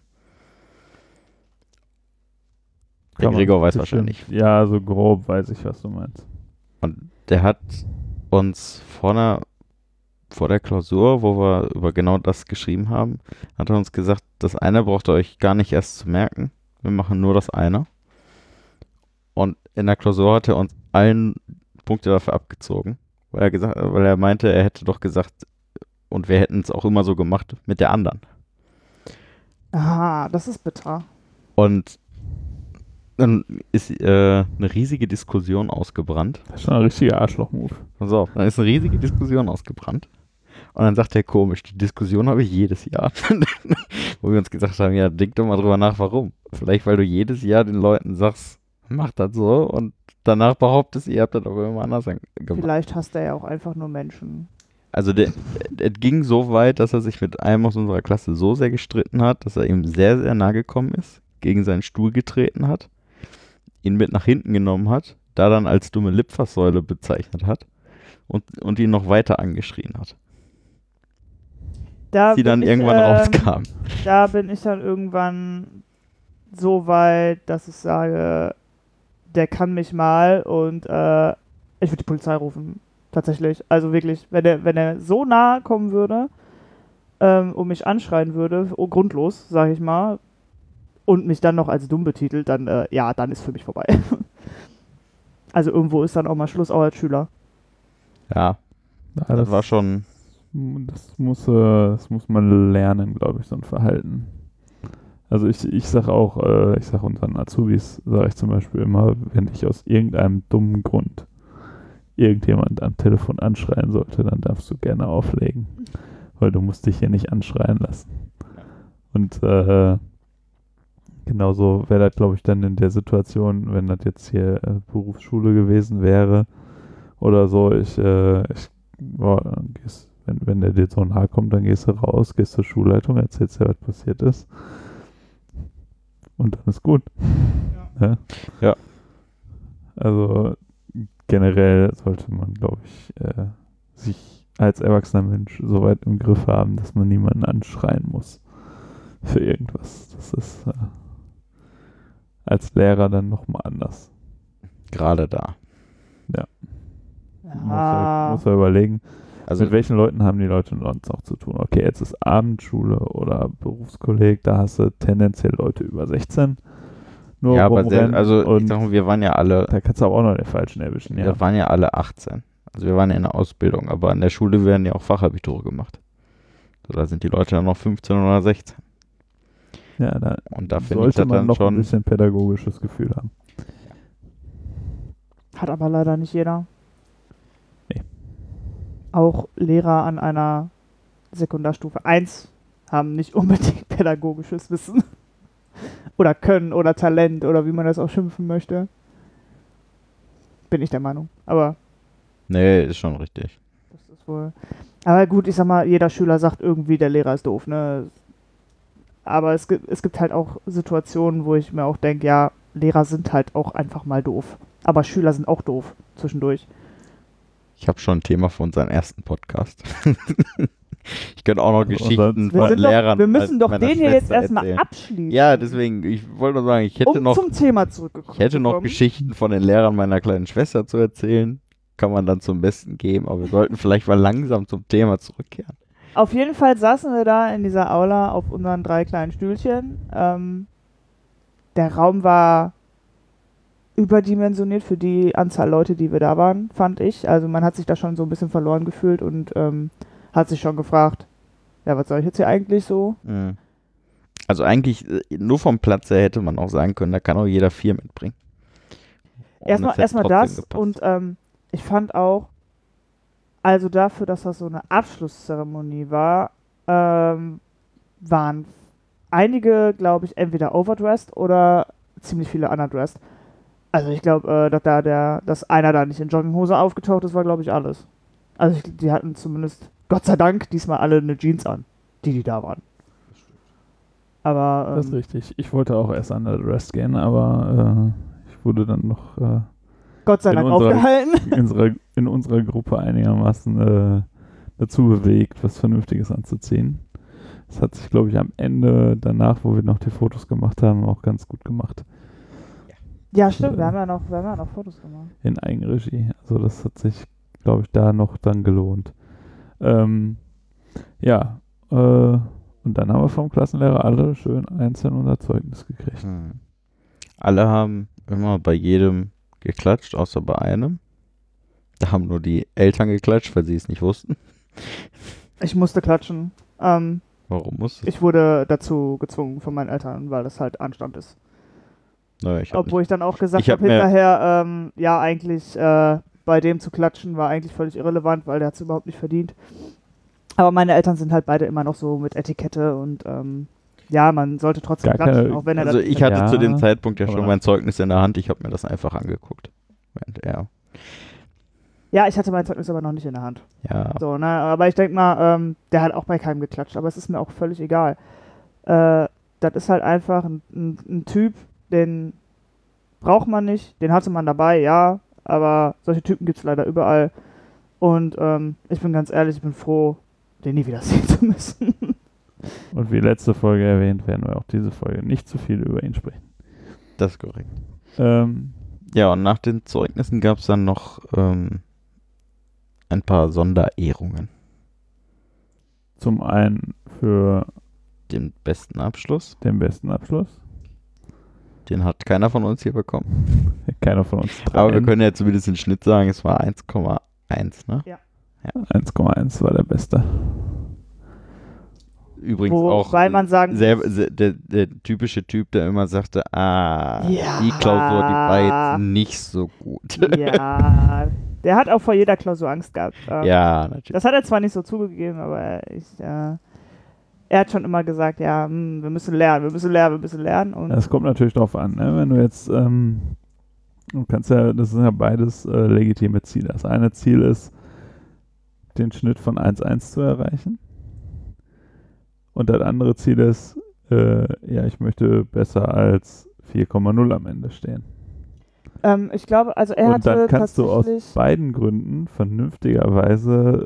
Der Kann man Gregor weiß bestimmt. wahrscheinlich. Ja, so grob weiß ich, was du meinst. Und der hat uns vor der Klausur, wo wir über genau das geschrieben haben, hat er uns gesagt, das eine braucht ihr euch gar nicht erst zu merken. Wir machen nur das eine. Und in der Klausur hat er uns allen Punkte dafür abgezogen, weil er meinte, er hätte doch gesagt, und wir hätten es auch immer so gemacht mit der anderen. Ah, das ist bitter. Und dann ist eine riesige Diskussion ausgebrannt. Das ist schon ein richtiger Arschloch-Move. Pass auf, dann ist eine riesige Diskussion ausgebrannt. Und dann sagt er komisch, die Diskussion habe ich jedes Jahr. Wo wir uns gesagt haben, ja, denk doch mal drüber nach, warum. Vielleicht, weil du jedes Jahr den Leuten sagst, mach das so und danach behauptest, ihr habt das auch immer anders gemacht. Vielleicht hasst er ja auch einfach nur Menschen. Also es ging so weit, dass er sich mit einem aus unserer Klasse so sehr gestritten hat, dass er ihm sehr, sehr nah gekommen ist, gegen seinen Stuhl getreten hat, ihn mit nach hinten genommen hat, da dann als dumme Litfaßsäule bezeichnet hat und ihn noch weiter angeschrien hat. Da Die dann bin irgendwann rauskam. Da bin ich dann irgendwann so weit, dass ich sage, der kann mich mal und ich würde die Polizei rufen. Tatsächlich. Also wirklich, wenn er so nah kommen würde und mich anschreien würde, grundlos, sage ich mal, und mich dann noch als dumm betitelt, dann dann ist für mich vorbei. Also irgendwo ist dann auch mal Schluss, auch als Schüler. Ja, das war schon. Das muss man lernen, glaube ich, so ein Verhalten. Also ich sag auch, ich sag unseren Azubis, sage ich zum Beispiel immer, wenn ich aus irgendeinem dummen Grund irgendjemand am Telefon anschreien sollte, dann darfst du gerne auflegen. Weil du musst dich hier nicht anschreien lassen. Und genauso wäre das, glaube ich, dann in der Situation, wenn das jetzt hier Berufsschule gewesen wäre oder so, wenn der dir so nahe kommt, dann gehst du raus, gehst zur Schulleitung, erzählst dir, was passiert ist. Und dann ist gut. Ja. Also generell sollte man, glaube ich, sich als erwachsener Mensch so weit im Griff haben, dass man niemanden anschreien muss für irgendwas. Das ist als Lehrer dann nochmal anders. Gerade da. Ja. Muss er überlegen, Also mit welchen Leuten haben die Leute sonst noch zu tun? Okay, jetzt ist Abendschule oder Berufskolleg, da hast du tendenziell Leute über 16. Nur ja, aber rumrennen ich sag mal, wir waren ja alle. Da kannst du aber auch noch den Falschen erwischen, ja. Wir waren ja alle 18. Also wir waren ja in der Ausbildung, aber an der Schule werden ja auch Fachabiture gemacht. So, da sind die Leute dann noch 15 oder 16. Ja, da und da finde ich sollte das man dann noch schon ein bisschen pädagogisches Gefühl haben. Hat aber leider nicht jeder. Nee. Auch Lehrer an einer Sekundarstufe 1 haben nicht unbedingt pädagogisches Wissen. Oder Können oder Talent oder wie man das auch schimpfen möchte. Bin ich der Meinung. Aber Nee, ist schon richtig. das ist wohl. Aber gut, ich sag mal, jeder Schüler sagt irgendwie, der Lehrer ist doof, ne? Aber es gibt halt auch Situationen, wo ich mir auch denke, ja, Lehrer sind halt auch einfach mal doof. Aber Schüler sind auch doof zwischendurch. Ich habe schon ein Thema für unseren ersten Podcast. Ich könnte auch noch Geschichten Wir, von Lehrern. wir müssen doch meiner den hier jetzt Schwester erstmal erzählen. abschließen. Ja, deswegen, ich wollte nur sagen, ich hätte zum Thema zurückgekommen. Ich hätte noch Geschichten von den Lehrern meiner kleinen Schwester zu erzählen. Kann man dann zum Besten geben, aber wir sollten vielleicht mal langsam zum Thema zurückkehren. Auf jeden Fall saßen wir da in dieser Aula auf unseren 3 kleinen Stühlchen. Der Raum war überdimensioniert für die Anzahl Leute, die wir da waren, fand ich. Also man hat sich da schon so ein bisschen verloren gefühlt und hat sich schon gefragt, ja, was soll ich jetzt hier eigentlich so? Also eigentlich, nur vom Platz her hätte man auch sagen können, da kann auch jeder 4 mitbringen. Erstmal das und ich fand auch, also dafür, dass das so eine Abschlusszeremonie war, waren einige, glaube ich, entweder overdressed oder ziemlich viele underdressed. Also ich glaube, dass einer da nicht in Jogginghose aufgetaucht ist, war, glaube ich, alles. Also die hatten zumindest, Gott sei Dank, diesmal alle eine Jeans an, die da waren. Aber das ist richtig. Ich wollte auch erst underdressed gehen, aber ich wurde dann noch Gott sei Dank aufgehalten. In unserer Gruppe einigermaßen dazu bewegt, was Vernünftiges anzuziehen. Das hat sich, glaube ich, am Ende danach, wo wir noch die Fotos gemacht haben, auch ganz gut gemacht. Ja, stimmt. Wir haben ja noch Fotos gemacht. In Eigenregie. Also das hat sich, glaube ich, da noch dann gelohnt. Und dann haben wir vom Klassenlehrer alle schön einzeln unser Zeugnis gekriegt. Alle haben immer bei jedem geklatscht, außer bei einem. Da haben nur die Eltern geklatscht, weil sie es nicht wussten. Ich musste klatschen. Warum? Warum muss es? Ich wurde dazu gezwungen von meinen Eltern, weil das halt Anstand ist. Naja, Obwohl ich dann auch gesagt Ich hab habe mir- hinterher, ja, eigentlich bei dem zu klatschen war eigentlich völlig irrelevant, weil der hat es überhaupt nicht verdient. Aber meine Eltern sind halt beide immer noch so mit Etikette und ja, man sollte trotzdem Gar klatschen, keine- auch wenn er Also das ich nicht hatte Ja, zu dem Zeitpunkt ja aber- schon mein Zeugnis in der Hand, ich habe mir das einfach angeguckt. Während er, Ja, ich hatte mein Zeugnis aber noch nicht in der Hand. ja, So, ne? Aber ich denke mal, der hat auch bei keinem geklatscht, aber es ist mir auch völlig egal. Das ist halt einfach ein Typ, den braucht man nicht, den hatte man dabei, ja, aber solche Typen gibt es leider überall. Und ich bin ganz ehrlich, ich bin froh, den nie wieder sehen zu müssen. Und wie letzte Folge erwähnt, werden wir auch diese Folge nicht zu viel über ihn sprechen. das ist korrekt. Ähm, Ja, und nach den Zeugnissen gab es dann noch ein paar Sonderehrungen. zum einen für Den besten Abschluss, den besten Abschluss. den hat keiner von uns hier bekommen. Keiner von uns drei. Aber wir können ja zumindest den Schnitt sagen, es war 1,1, ne? 1,1 war der beste. Übrigens auch Wobei man sagen der typische Typ, der immer sagte, Ja. die Klausur, die war jetzt nicht so gut. ja, der hat auch vor jeder Klausur Angst gehabt. Ja, natürlich. Das hat er zwar nicht so zugegeben, aber er hat schon immer gesagt, ja, wir müssen lernen, wir müssen lernen, wir müssen lernen. Und Es kommt natürlich drauf an, ne? Wenn du jetzt, du kannst ja, das sind ja beides legitime Ziele. Das eine Ziel ist, den Schnitt von 1,1 zu erreichen. Und das andere Ziel ist, ja, ich möchte besser als 4,0 am Ende stehen. ich glaube, also er Und hatte dann kannst du aus tatsächlich... beiden Gründen vernünftigerweise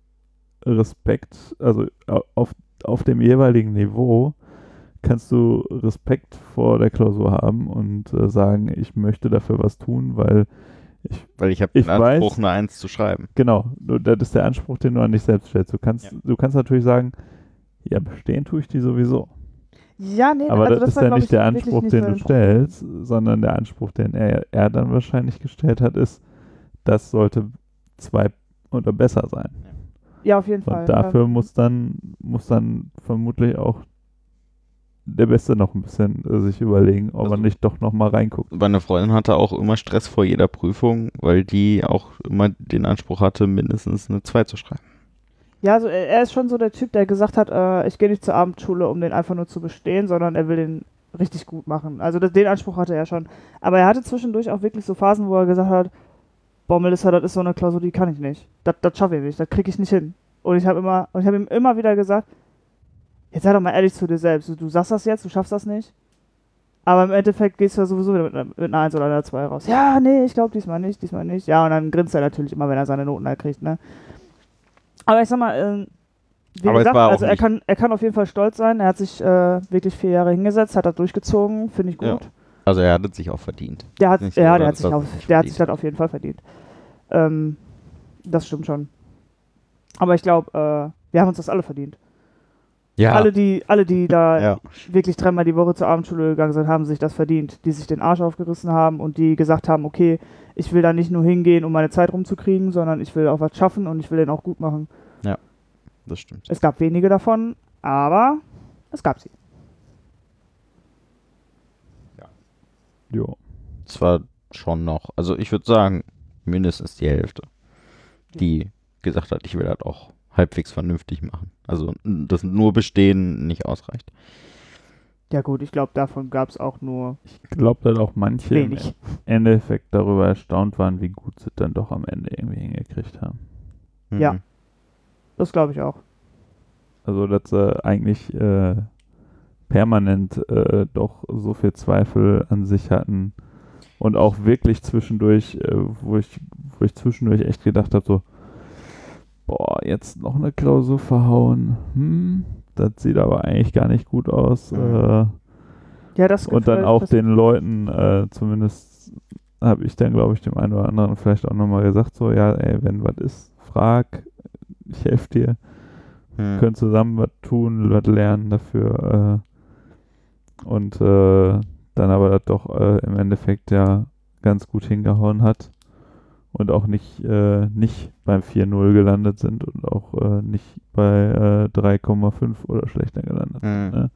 Respekt, also auf dem jeweiligen Niveau, kannst du Respekt vor der Klausur haben und sagen, ich möchte dafür was tun, weil Weil ich habe Ich den Anspruch, weiß- eine 1 zu schreiben. genau, das ist der Anspruch, den du an dich selbst stellst. Du kannst, Ja. du kannst natürlich sagen, ja, bestehen tue ich die sowieso. Ja, nee, Aber also das ist war, ja glaub nicht ich, der wirklich Anspruch, nicht den so du ein stellst, sondern der Anspruch, den er dann wahrscheinlich gestellt hat, ist, das sollte 2 oder besser sein. Ja, auf jeden Fall. Und dafür muss dann vermutlich auch der Beste noch ein bisschen sich überlegen, ob Also- man nicht doch noch mal reinguckt. Meine Freundin hatte auch immer Stress vor jeder Prüfung, weil die auch immer den Anspruch hatte, mindestens eine 2 zu schreiben. Ja, also er ist schon so der Typ, der gesagt hat, ich gehe nicht zur Abendschule, um den einfach nur zu bestehen, sondern er will den richtig gut machen. Also den Anspruch hatte er schon. Aber er hatte zwischendurch auch wirklich so Phasen, wo er gesagt hat, boah, Melissa, das ist so eine Klausur, die kann ich nicht. Das schaffe ich nicht, das kriege ich nicht hin. Und ich habe ihm immer wieder gesagt, jetzt sei doch mal ehrlich zu dir selbst. Du sagst das jetzt, du schaffst das nicht. Aber im Endeffekt gehst du ja sowieso wieder mit einer 1 oder einer 2 raus. Ja, nee, ich glaube diesmal nicht. Ja, und dann grinst er natürlich immer, wenn er seine Noten halt kriegt, ne? Aber ich sag mal, wie Aber es gesagt, war auch also nicht- er kann auf jeden Fall stolz sein. Er hat sich wirklich 4 Jahre hingesetzt, hat das durchgezogen, finde ich gut. Ja. Also er hat es sich auch verdient. Der hat, Nicht so, ja, dass das nicht der hat sich verdient das auf jeden Fall verdient. Das stimmt schon. Aber ich glaube, wir haben uns das alle verdient. Ja, Alle, die da ja. wirklich 3-mal die Woche zur Abendschule gegangen sind, haben sich das verdient. Die sich den Arsch aufgerissen haben und die gesagt haben, okay, ich will da nicht nur hingehen, um meine Zeit rumzukriegen, sondern ich will auch was schaffen und ich will den auch gut machen. Das stimmt. Es gab wenige davon, aber es gab sie. Jo. Zwar schon noch, also ich würde sagen, mindestens die Hälfte, die gesagt hat, ich will das auch halbwegs vernünftig machen. Also, dass nur bestehen nicht ausreicht. Ja gut, ich glaube, davon gab es auch nur Ich glaube, dass auch manche wenig. im Endeffekt darüber erstaunt waren, wie gut sie dann doch am Ende irgendwie hingekriegt haben. Ja. Mhm. Das glaube ich auch. Also, dass sie eigentlich permanent doch so viel Zweifel an sich hatten und auch wirklich zwischendurch, wo ich zwischendurch echt gedacht habe, so, boah, jetzt noch eine Klausur verhauen, das sieht aber eigentlich gar nicht gut aus. Mhm. Ja, das Und dann Gefühl, auch das- den Leuten, zumindest habe ich dann, glaube ich, dem einen oder anderen vielleicht auch nochmal gesagt, so, ja, ey, wenn was ist, frag, ich helfe dir, können zusammen was tun, was lernen dafür. Und dann aber das doch im Endeffekt ja ganz gut hingehauen hat. und auch nicht beim 4,0 gelandet sind und auch nicht bei 3,5 oder schlechter gelandet sind. Ne?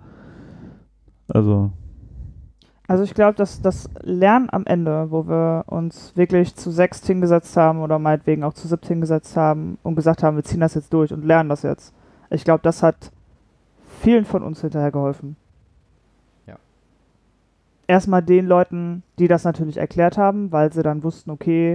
Also ich glaube, dass das Lernen am Ende, wo wir uns wirklich zu 6 hingesetzt haben oder meinetwegen auch zu 7 hingesetzt haben und gesagt haben, wir ziehen das jetzt durch und lernen das jetzt. Ich glaube, das hat vielen von uns hinterher geholfen. Ja. Erstmal den Leuten, die das natürlich erklärt haben, weil sie dann wussten, okay,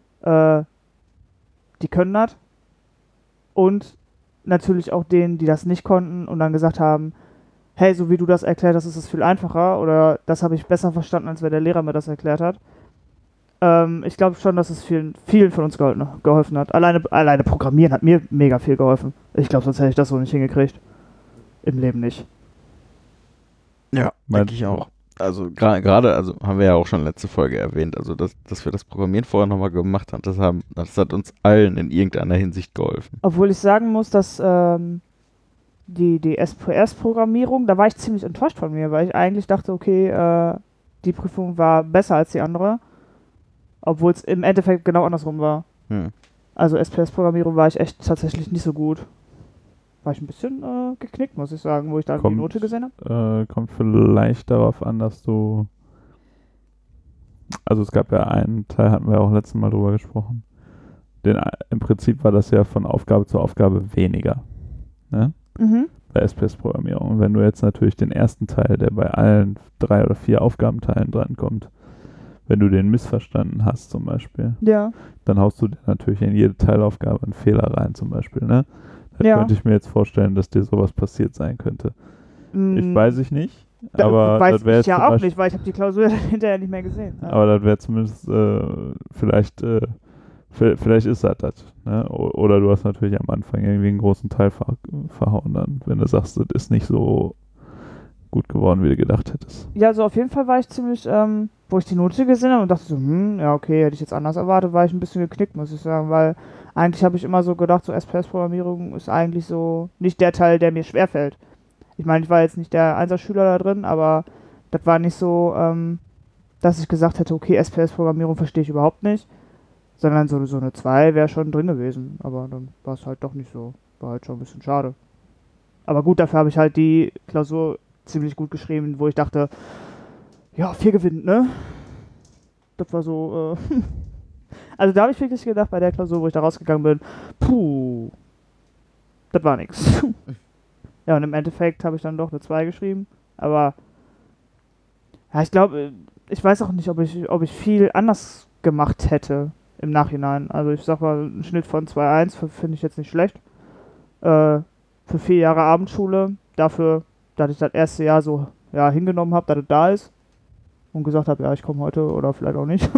die können das. Und natürlich auch denen, die das nicht konnten und dann gesagt haben, hey, so wie du das erklärt hast, ist es viel einfacher oder das habe ich besser verstanden, als wenn der Lehrer mir das erklärt hat. Ich glaube schon, dass es vielen von uns geholfen hat. Alleine Programmieren hat mir mega viel geholfen. Ich glaube, sonst hätte ich das so nicht hingekriegt. Im Leben nicht. Ja, denke ich auch. Also gerade, also haben wir ja auch schon letzte Folge erwähnt, also dass wir das Programmieren vorher nochmal gemacht haben, das hat uns allen in irgendeiner Hinsicht geholfen. Obwohl ich sagen muss, dass die SPS-Programmierung, da war ich ziemlich enttäuscht von mir, weil ich eigentlich dachte, okay, die Prüfung war besser als die andere, obwohl es im Endeffekt genau andersrum war. Also SPS-Programmierung war ich echt tatsächlich nicht so gut. War ich ein bisschen geknickt, muss ich sagen, wo ich dann die Note gesehen habe. Kommt vielleicht darauf an, dass du... Also es gab ja einen Teil, hatten wir auch letztes Mal drüber gesprochen. Im Prinzip war das ja von Aufgabe zu Aufgabe weniger. Ne? Bei SPS-Programmierung. Und wenn du jetzt natürlich den ersten Teil, der bei allen 3 oder 4 Aufgabenteilen drankommt, wenn du den missverstanden hast zum Beispiel, dann haust du dir natürlich in jede Teilaufgabe einen Fehler rein zum Beispiel, ne? Da könnte ich mir jetzt vorstellen, dass dir sowas passiert sein könnte. Ich weiß ich nicht, aber das wäre jetzt ja auch nicht, weil ich habe die Klausur hinterher nicht mehr gesehen. Ja. Aber das wäre zumindest vielleicht ist das, ne? Oder du hast natürlich am Anfang irgendwie einen großen Teil verhauen dann, wenn du sagst, das ist nicht so gut geworden, wie du gedacht hättest. Ja, also auf jeden Fall war ich ziemlich, wo ich die Note gesehen habe und dachte so, ja okay, hätte ich jetzt anders erwartet, war ich ein bisschen geknickt, muss ich sagen, weil eigentlich habe ich immer so gedacht, so SPS-Programmierung ist eigentlich so nicht der Teil, der mir schwerfällt. Ich meine, ich war jetzt nicht der Einserschüler da drin, aber das war nicht so, dass ich gesagt hätte, okay, SPS-Programmierung verstehe ich überhaupt nicht, sondern so eine 2 wäre schon drin gewesen, aber dann war es halt doch nicht so. War halt schon ein bisschen schade. Aber gut, dafür habe ich halt die Klausur ziemlich gut geschrieben, wo ich dachte, ja, 4 gewinnt, ne? Das war so, Also da habe ich wirklich gedacht, bei der Klausur, wo ich da rausgegangen bin, puh, das war nix. Ja, und im Endeffekt habe ich dann doch eine 2 geschrieben, aber ja, ich glaube, ich weiß auch nicht, ob ich viel anders gemacht hätte im Nachhinein. Also ich sag mal, ein Schnitt von 2,1 finde ich jetzt nicht schlecht. Für 4 Jahre Abendschule, dafür, dass ich das erste Jahr so hingenommen habe, dass es da ist und gesagt habe, ja, ich komme heute oder vielleicht auch nicht.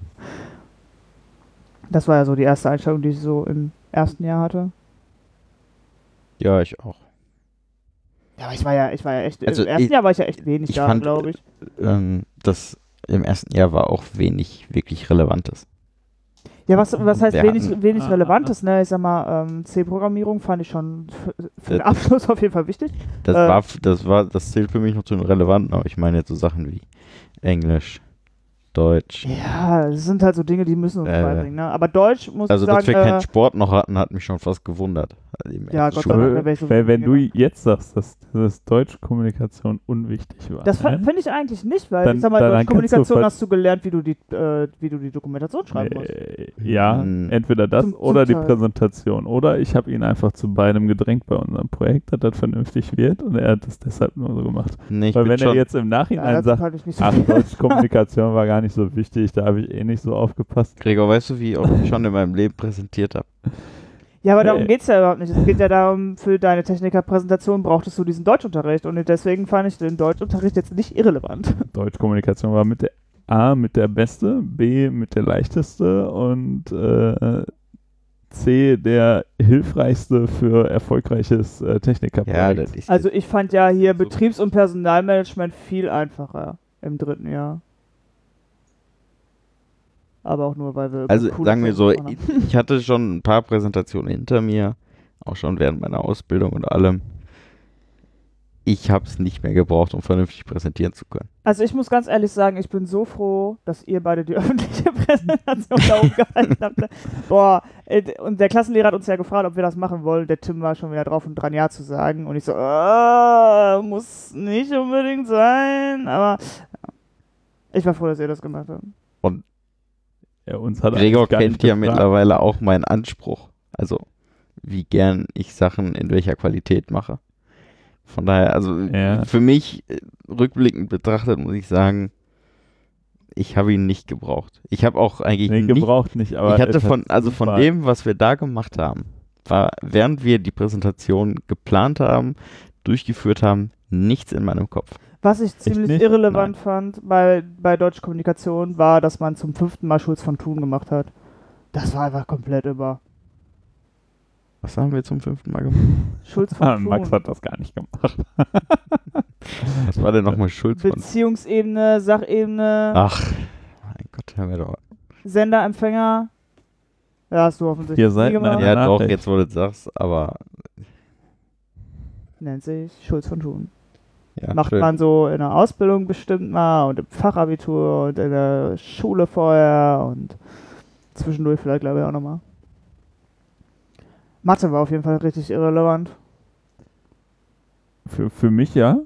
Das war ja so die erste Einstellung, die ich so im ersten Jahr hatte. Ja, ich auch. Ja, aber ich war ja echt, Also im ersten Jahr war ich ja echt wenig da, glaube ich. Das im ersten Jahr war auch wenig wirklich Relevantes. Ja, was heißt wenig Relevantes, ne? Ich sag mal, C-Programmierung fand ich schon für den Abschluss auf jeden Fall wichtig. Das zählt für mich noch zu den Relevanten, aber ich meine jetzt so Sachen wie Englisch, Deutsch. Ja, das sind halt so Dinge, die müssen uns beibringen, ne? Aber Deutsch muss ich sagen... Also, dass wir keinen Sport noch hatten, hat mich schon fast gewundert. Ja, Gott sei Dank. Wenn du jetzt sagst, dass Deutschkommunikation unwichtig war. Das finde ich eigentlich nicht, weil ich sag mal, Deutschkommunikation hast du gelernt, wie du die Dokumentation schreiben musst. Ja, entweder das oder die Präsentation. Oder ich habe ihn einfach zu beidem gedrängt bei unserem Projekt, dass das vernünftig wird und er hat es deshalb nur so gemacht. Weil wenn er jetzt im Nachhinein sagt, Deutschkommunikation war gar nicht so wichtig, da habe ich eh nicht so aufgepasst. Gregor, weißt du, wie oft ich schon in meinem Leben präsentiert habe? Ja, aber darum geht es ja überhaupt nicht. Es geht ja darum, für deine Technikerpräsentation brauchtest du diesen Deutschunterricht und deswegen fand ich den Deutschunterricht jetzt nicht irrelevant. Deutschkommunikation war mit der beste, B mit der leichteste und C der hilfreichste für erfolgreiches Technikerprojekt. Ja, also ich fand ja hier Betriebs- und Personalmanagement viel einfacher im 3. Jahr. Aber auch nur, weil wir... Also sagen wir so, ich hatte schon ein paar Präsentationen hinter mir, auch schon während meiner Ausbildung und allem. ich habe es nicht mehr gebraucht, um vernünftig präsentieren zu können. Also ich muss ganz ehrlich sagen, ich bin so froh, dass ihr beide die öffentliche Präsentation da hochgehalten habt. Boah, und der Klassenlehrer hat uns ja gefragt, ob wir das machen wollen. Der Tim war schon wieder drauf und dran, ja zu sagen. Und ich so, muss nicht unbedingt sein. Aber ich war froh, dass ihr das gemacht habt. Und Ja, uns hat Gregor eigentlich gar kennt nicht ja gefragt. mittlerweile auch meinen Anspruch. Also, wie gern ich Sachen in welcher Qualität mache. Von daher, also Ja. für mich, rückblickend betrachtet, muss ich sagen, ich habe ihn nicht gebraucht. Ich habe auch eigentlich Nee, nicht, gebraucht nicht, aber ich hatte es hat von super- dem, was wir da gemacht haben, war, während wir die Präsentation geplant haben, durchgeführt haben, nichts in meinem Kopf. Was ich ziemlich nicht? irrelevant fand bei Deutsche Kommunikation war, dass man zum 5. Mal Schulz von Thun gemacht hat. Das war einfach komplett über. Was haben wir zum 5. Mal gemacht? Schulz von Thun. Max hat das gar nicht gemacht. Was war denn nochmal Schulz von? Beziehungsebene, Sachebene, Ach, mein Gott, hör mir doch. Sender, Empfänger. Ja, hast du offensichtlich Vier nie Seiten gemacht. einer- Ja, doch, Nachricht. jetzt wo du das sagst, aber Nennt sich Schulz von Thun. ja, Macht schön. man so in der Ausbildung bestimmt mal und im Fachabitur und in der Schule vorher und zwischendurch vielleicht, glaube ich, auch nochmal. Mathe war auf jeden Fall richtig irrelevant. Für mich ja.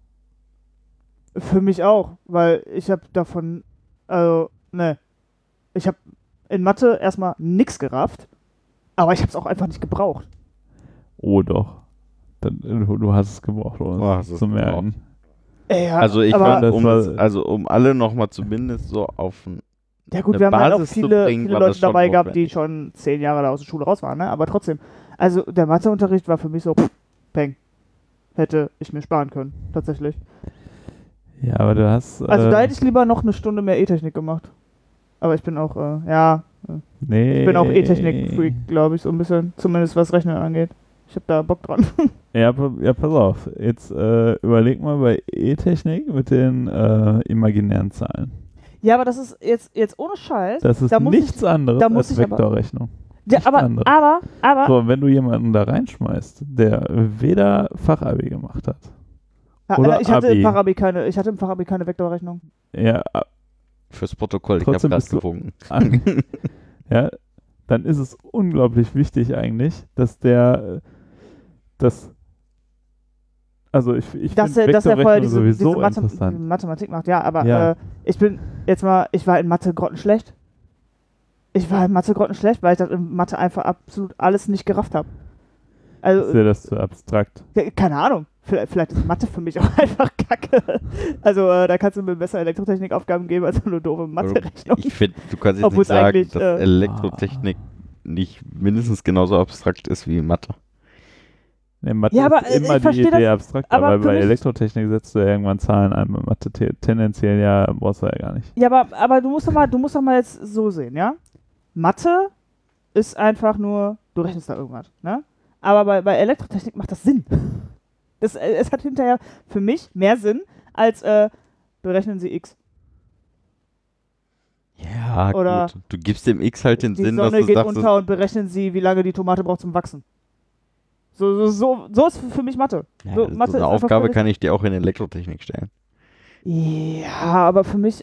Für mich auch, weil ich habe davon, also, ne, ich habe in Mathe erstmal nix gerafft, aber ich habe es auch einfach nicht gebraucht. Oh doch. Du hast es gebraucht, um Du hast es es zu merken. Ja, Also ich aber, fand, das um, war- es, also um alle nochmal zumindest so auf ein, ja gut, eine wir haben halt auch Basis zu viele, bringen, viele war das Leute schon dabei gehabt, notwendig. die schon 10 Jahre da aus der Schule raus waren, ne? Aber trotzdem, also der Matheunterricht war für mich so, peng. Hätte ich mir sparen können, tatsächlich. Ja, aber du hast. Also da hätte ich lieber noch eine Stunde mehr E-Technik gemacht. Aber ich bin auch, nee. ich bin auch E-Technik-Freak, glaube ich, so ein bisschen. Zumindest was Rechnen angeht. Ich habe da Bock dran. Ja, pass auf. Jetzt überleg mal bei E-Technik mit den imaginären Zahlen. Ja, aber das ist jetzt ohne Scheiß. Das ist da muss nichts anderes da muss als ich aber- Vektorrechnung. Ja, nichts aber, anderes. aber, So, und wenn du jemanden da reinschmeißt, der weder Fachabi gemacht hat, oder ich hatte Abi. im Fachabi keine Vektorrechnung. ja, fürs Protokoll, ich habe Trotzdem gerade bist du- gewunken. ja, dann ist es unglaublich wichtig eigentlich, dass der also ich finde Dass er vorher Vektorrechnung diese sowieso interessant. Mathematik macht, ja, aber Ja. ich war in Mathe grottenschlecht. Weil ich das in Mathe einfach absolut alles nicht gerafft habe. Ist Also, dir das zu abstrakt? keine Ahnung. Vielleicht ist Mathe für mich auch einfach kacke. Also, da kannst du mir besser Elektrotechnik-Aufgaben geben als nur doofe Mathe-Rechnung. Ich finde, du kannst jetzt Obwohl nicht es sagen, eigentlich, dass Elektrotechnik nicht mindestens genauso abstrakt ist wie Mathe. Nee, Mathe Ja, aber, ist immer ich die versteh Idee das, abstrakt, aber weil für bei mich- Elektrotechnik setzt du ja irgendwann Zahlen ein, bei Mathe tendenziell ja brauchst du ja gar nicht. Ja, aber du musst doch mal jetzt so sehen, ja? Mathe ist einfach nur, du rechnest da irgendwas, ne? Aber bei Elektrotechnik macht das Sinn. Es hat hinterher für mich mehr Sinn als berechnen Sie X. Ja, Oder gut. Du gibst dem X halt den Die Sinn, dass Sonne du geht sagst, unter und berechnen Sie, wie lange die Tomate braucht zum Wachsen. So ist für mich Mathe. ja, So, so Mathe ist eine einfach Aufgabe völlig- kann ich dir auch in Elektrotechnik stellen. Ja, aber für mich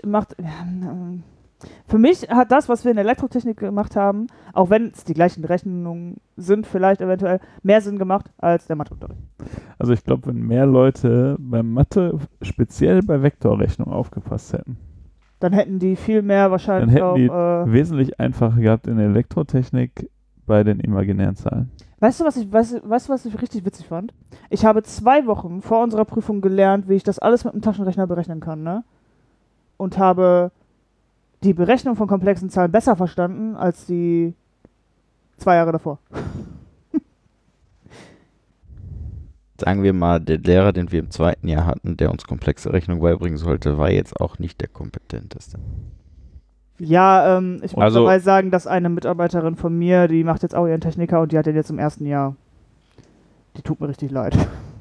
hat das, was wir in der Elektrotechnik gemacht haben, auch wenn es die gleichen Rechnungen sind, vielleicht eventuell, mehr Sinn gemacht als der Matheunterricht. Also ich glaube, wenn mehr Leute bei Mathe, speziell bei Vektorrechnung aufgepasst hätten, Dann hätten die viel mehr wahrscheinlich Dann hätten die auch. wesentlich einfacher gehabt in der Elektrotechnik bei den imaginären Zahlen. Weißt du, was ich richtig witzig fand? Ich habe 2 Wochen vor unserer Prüfung gelernt, wie ich das alles mit dem Taschenrechner berechnen kann, ne? Und habe die Berechnung von komplexen Zahlen besser verstanden als die 2 Jahre davor. Sagen wir mal, der Lehrer, den wir im 2. Jahr hatten, der uns komplexe Rechnung beibringen sollte, war jetzt auch nicht der kompetenteste. Ja, ich muss Also- dabei sagen, dass eine Mitarbeiterin von mir, die macht jetzt auch ihren Techniker und die hat den jetzt im 1. Jahr. Die tut mir richtig leid.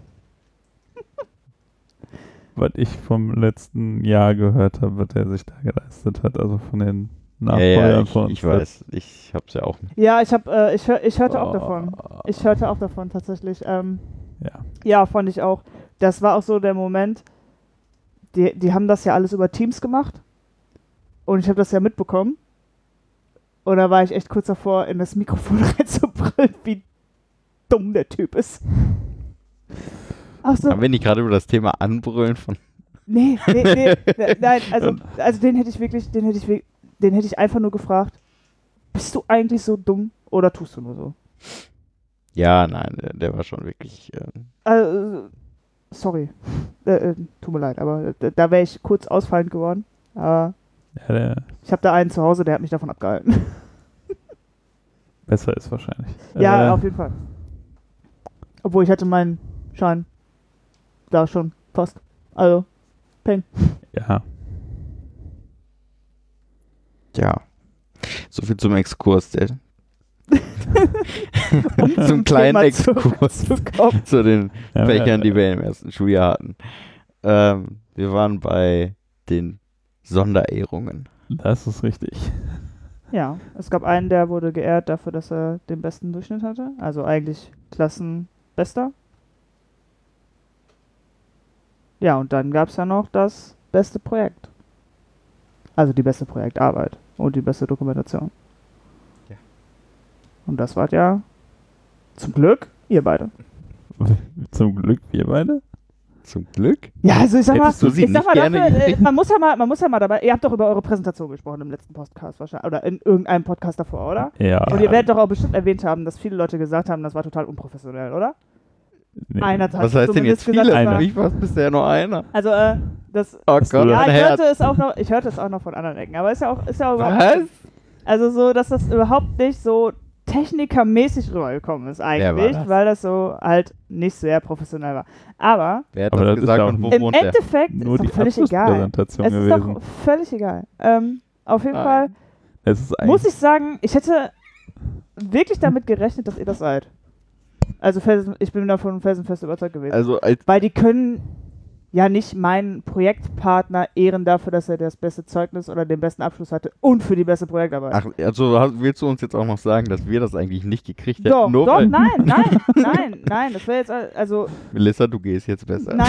Was ich vom letzten Jahr gehört habe, was er sich da geleistet hat, also von den Ja, Nachfolgern von uns. ich weiß, ich hab's ja auch. Ja, ich hörte auch davon. Ich hörte auch davon tatsächlich. Ja. Ja, fand ich auch. das war auch so der Moment, die haben das ja alles über Teams gemacht und ich habe das ja mitbekommen und da war ich echt kurz davor, in das Mikrofon reinzubrüllen, wie dumm der Typ ist. Ach so. Haben wir nicht gerade über das Thema Anbrüllen von... Nee, nein, also den hätte ich einfach nur gefragt, bist du eigentlich so dumm oder tust du nur so? Ja, nein, der war schon wirklich... Sorry, tut mir leid, aber da wäre ich kurz ausfallend geworden. Aber ich habe da einen zu Hause, der hat mich davon abgehalten. Besser ist wahrscheinlich. Ja, auf jeden Fall. Obwohl ich hatte meinen Schein da schon fast. Also, peng. Ja. Ja. So viel zum Exkurs. Um Zum zum kleinen Thema Exkurs zu kommen. zu den Ja, Fächern, die wir im ersten Schuljahr hatten. Wir waren bei den Sonderehrungen. Das ist richtig. Ja, es gab einen, der wurde geehrt dafür, dass er den besten Durchschnitt hatte. Also eigentlich Klassenbester. Ja, und dann gab es ja noch das beste Projekt. Also die beste Projektarbeit und die beste Dokumentation. Ja. Und das wart ja zum Glück ihr beide. Zum Glück wir beide. Zum Glück? Ja, also ich sag mal, Hättest du sie ich sag nicht mal gerne dafür, gekriegt? man muss ja mal dabei, ihr habt doch über eure Präsentation gesprochen im letzten Podcast wahrscheinlich, oder in irgendeinem Podcast davor, oder? Ja. Und ihr werdet doch auch bestimmt erwähnt haben, dass viele Leute gesagt haben, das war total unprofessionell, oder? Nee. Einer hat Was heißt denn jetzt zumindest viele? gesagt, das Einer. war- Ich war bisher nur einer. Also, das, Oh Hast Gott, du- ja, mein ich Herz. hörte es auch noch von anderen Ecken, aber ist ja überhaupt, Was? also so, dass das überhaupt nicht so technikermäßig rübergekommen ist Wer war eigentlich, das? weil das so halt nicht sehr professionell war. Aber Wer hat Aber das das ist gesagt ja auch und wo im wohnt der? Endeffekt Nur ist die doch völlig egal. Abschlusspräsentation Es ist gewesen. doch völlig egal. Auf jeden Nein. Fall Es ist muss eigentlich ich sagen, ich hätte wirklich damit gerechnet, dass ihr das seid. Also ich bin davon felsenfest überzeugt gewesen. Also als Weil die können ja nicht meinen Projektpartner ehren dafür, dass er das beste Zeugnis oder den besten Abschluss hatte und für die beste Projektarbeit. Ach, also willst du uns jetzt auch noch sagen, dass wir das eigentlich nicht gekriegt hätten? doch, Nur doch, weil, nein, das wäre jetzt, also, Melissa, du gehst jetzt besser. nein.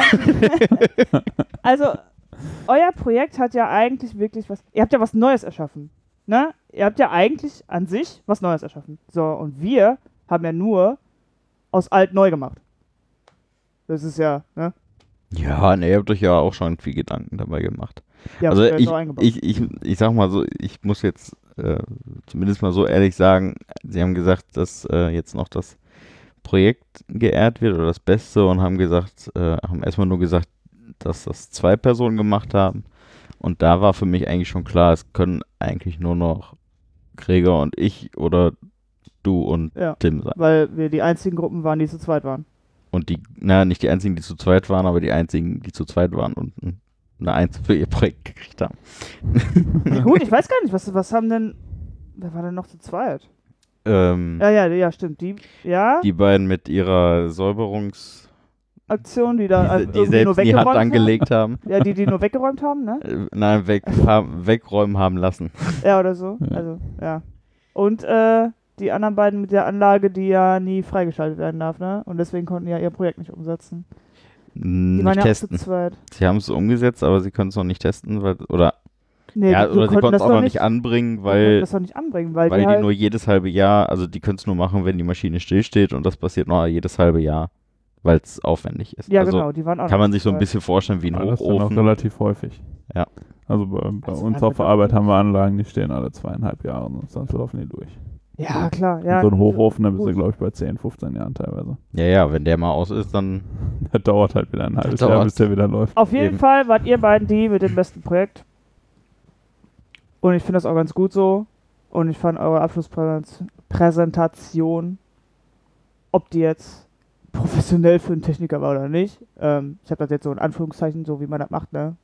Also, euer Projekt hat ja eigentlich wirklich was, ihr habt ja was Neues erschaffen, ne? Ihr habt ja eigentlich an sich was Neues erschaffen. So, und wir haben ja nur aus alt neu gemacht. Das ist ja, ne? Ja, ne, ihr habt euch ja auch schon viel Gedanken dabei gemacht. Ja, Also das wäre ich, so eingebaut. ich sag mal so, ich muss jetzt zumindest mal so ehrlich sagen, sie haben gesagt, dass jetzt noch das Projekt geehrt wird oder das Beste und haben erstmal nur gesagt, dass das 2 Personen gemacht haben. Und da war für mich eigentlich schon klar, es können eigentlich nur noch Gregor und ich oder du und Ja. Tim sein. Weil wir die einzigen Gruppen waren, die zu zweit waren. Und nicht die einzigen, die zu zweit waren, aber die einzigen, die zu zweit waren und eine Eins für ihr Projekt gekriegt haben. Ja, gut, ich weiß gar nicht, was haben denn, wer war denn noch zu zweit? Ja, stimmt. Die beiden mit ihrer Säuberungs... Aktion, die da die irgendwie selbst nur in die weggeräumt Hand haben. angelegt haben. Ja, die nur weggeräumt haben, ne? Nein, wegräumen haben lassen. Ja, oder so. Ja. Also, ja. Und die anderen beiden mit der Anlage, die ja nie freigeschaltet werden darf, ne? Und deswegen konnten die ja ihr Projekt nicht umsetzen. Die waren Nicht ja testen. auch zu zweit. Sie haben es umgesetzt, aber sie können es noch nicht testen, oder Nee, sie konnten es das auch noch nicht anbringen, weil das noch nicht anbringen, weil die halt, nur jedes halbe Jahr, also die können es nur machen, wenn die Maschine stillsteht und das passiert nur jedes halbe Jahr, weil es aufwendig ist. ja Also genau, die waren auch kann noch man zu sich so ein zweit. bisschen vorstellen wie ein das dann auch Hochofen. relativ häufig. Ja. Also bei Also uns dann auf der mit- Arbeit haben wir Anlagen, die stehen alle 2,5 Jahre und sonst laufen die durch. Ja, klar, ja. Und so ein Hochofen, da bist du, gut. glaube ich, bei 10, 15 Jahren teilweise. Ja, wenn der mal aus ist, dann Das dauert halt wieder ein halbes Jahr, dauert's. bis der wieder läuft. Auf jeden Eben. Fall wart ihr beiden die mit dem besten Projekt. Und ich finde das auch ganz gut so. Und ich fand eure Abschlusspräsentation, ob die jetzt professionell für einen Techniker war oder nicht. Ich habe das jetzt so in Anführungszeichen, so wie man das macht, ne?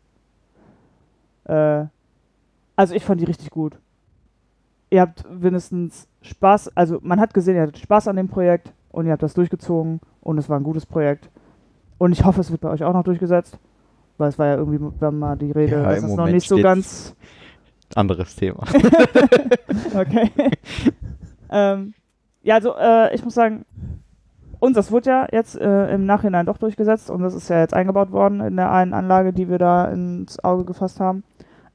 Also ich fand die richtig gut. Ihr habt wenigstens Spaß, also man hat gesehen, ihr hattet Spaß an dem Projekt und ihr habt das durchgezogen und es war ein gutes Projekt. Und ich hoffe, es wird bei euch auch noch durchgesetzt, weil es war ja irgendwie mal die Rede, Ja, dass im es noch Moment nicht so steht's- ganz... anderes Thema. Okay. Ja, also ich muss sagen, Und das wurde ja jetzt im Nachhinein doch durchgesetzt und das ist ja jetzt eingebaut worden in der einen Anlage, die wir da ins Auge gefasst haben.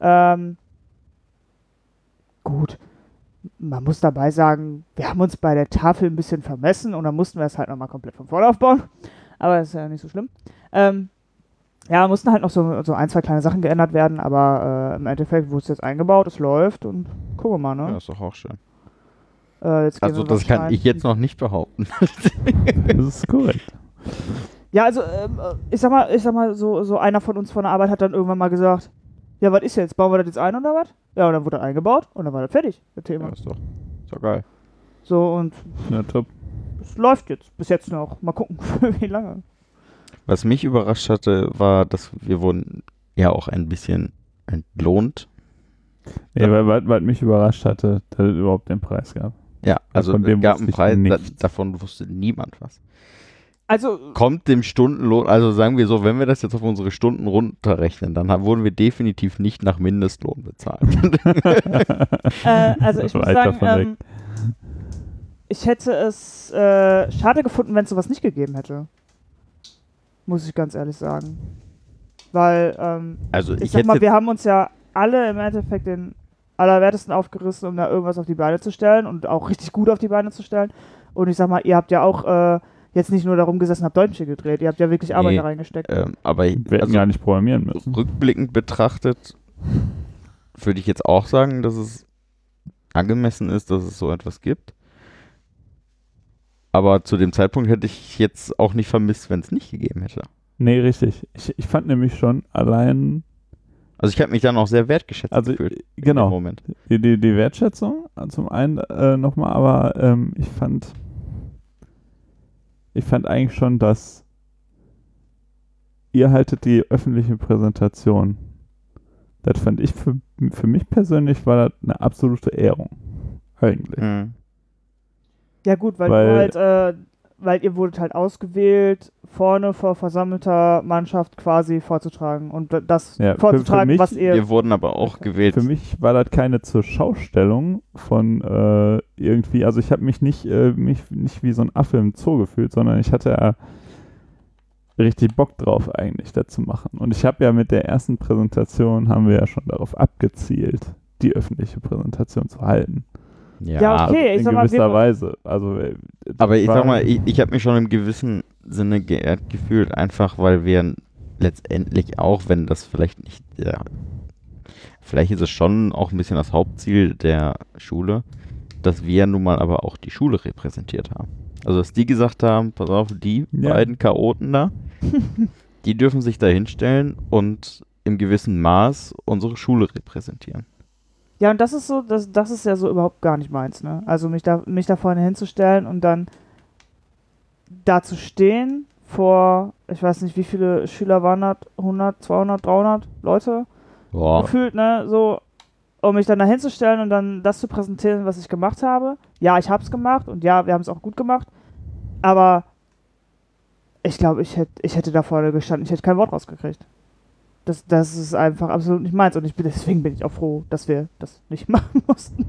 Gut, man muss dabei sagen, wir haben uns bei der Tafel ein bisschen vermessen und dann mussten wir es halt nochmal komplett von vorne aufbauen. Aber das ist ja nicht so schlimm. Ja, mussten halt noch so ein, zwei kleine Sachen geändert werden, aber im Endeffekt wurde es jetzt eingebaut, es läuft und gucken wir mal, ne? Ja, ist doch auch schön. Jetzt gehen Also wir das kann wahrscheinlich- ich jetzt noch nicht behaupten. Das ist korrekt. Ja, also ich sag mal, so einer von uns von der Arbeit hat dann irgendwann mal gesagt, ja, was ist jetzt? Bauen wir das jetzt ein oder was? Ja, und dann wurde das eingebaut und dann war das fertig, das Thema. Ja, ist doch geil. So, und Ja, top. es läuft jetzt. Bis jetzt noch. Mal gucken, für wie lange. Was mich überrascht hatte, war, dass wir wurden ja auch ein bisschen entlohnt. Nee, weil was mich überrascht hatte, dass es überhaupt den Preis gab. Ja, also Von dem es gab wusste einen ich Preis, nichts. davon wusste niemand was. Also, Kommt dem Stundenlohn, also sagen wir so, wenn wir das jetzt auf unsere Stunden runterrechnen, dann wurden wir definitiv nicht nach Mindestlohn bezahlt. also ich muss Weit davon sagen, ich hätte es schade gefunden, wenn es sowas nicht gegeben hätte. Muss ich ganz ehrlich sagen. Weil, Also ich ich sag mal, hätte wir haben uns ja alle im Endeffekt den Allerwertesten aufgerissen, um da irgendwas auf die Beine zu stellen und auch richtig gut auf die Beine zu stellen. Und ich sag mal, ihr habt ja auch jetzt nicht nur darum gesessen, habt Däumchen gedreht, ihr habt ja wirklich Arbeit Nee, da reingesteckt. aber Wir hätten also gar nicht programmieren müssen. rückblickend betrachtet würde ich jetzt auch sagen, dass es angemessen ist, dass es so etwas gibt. Aber zu dem Zeitpunkt hätte ich jetzt auch nicht vermisst, wenn es nicht gegeben hätte. Nee, richtig. Ich fand nämlich schon allein, Also ich habe mich dann auch sehr wertgeschätzt also gefühlt in dem genau, Moment. die Wertschätzung zum einen nochmal, aber ich fand eigentlich schon, dass ihr haltet die öffentliche Präsentation. Das fand ich für mich persönlich war das eine absolute Ehrung. Eigentlich. Mhm. Ja gut, weil Weil- du halt, weil ihr wurdet halt ausgewählt, vorne vor versammelter Mannschaft quasi vorzutragen und das Ja, für vorzutragen, mich- was ihr... Wir wurden aber auch gewählt. Für mich war das keine zur Schaustellung von irgendwie, also ich habe mich nicht wie so ein Affe im Zoo gefühlt, sondern ich hatte richtig Bock drauf eigentlich, das zu machen. Und ich habe ja mit der ersten Präsentation, haben wir ja schon darauf abgezielt, die öffentliche Präsentation zu halten. Ja, okay. ich In sag mal, gewisser wir- Weise. Also, Aber ich war- sag mal, ich habe mich schon im gewissen Sinne geehrt gefühlt, einfach weil wir letztendlich auch, wenn das vielleicht nicht, ja, vielleicht ist es schon auch ein bisschen das Hauptziel der Schule, dass wir nun mal aber auch die Schule repräsentiert haben. Also dass die gesagt haben, pass auf, die Ja. beiden Chaoten da, die dürfen sich da hinstellen und im gewissen Maß unsere Schule repräsentieren. Ja, und das ist so, das ist ja so überhaupt gar nicht meins, ne? Also mich da vorne hinzustellen und dann da zu stehen vor, ich weiß nicht, wie viele Schüler waren das, 100, 200, 300 Leute Boah. gefühlt, ne? So, um mich dann da hinzustellen und dann das zu präsentieren, was ich gemacht habe. Ja, ich hab's gemacht und ja, wir haben es auch gut gemacht, aber ich glaube, ich hätte da vorne gestanden, ich hätte kein Wort rausgekriegt. Das ist einfach absolut nicht meins und deswegen bin ich auch froh, dass wir das nicht machen mussten.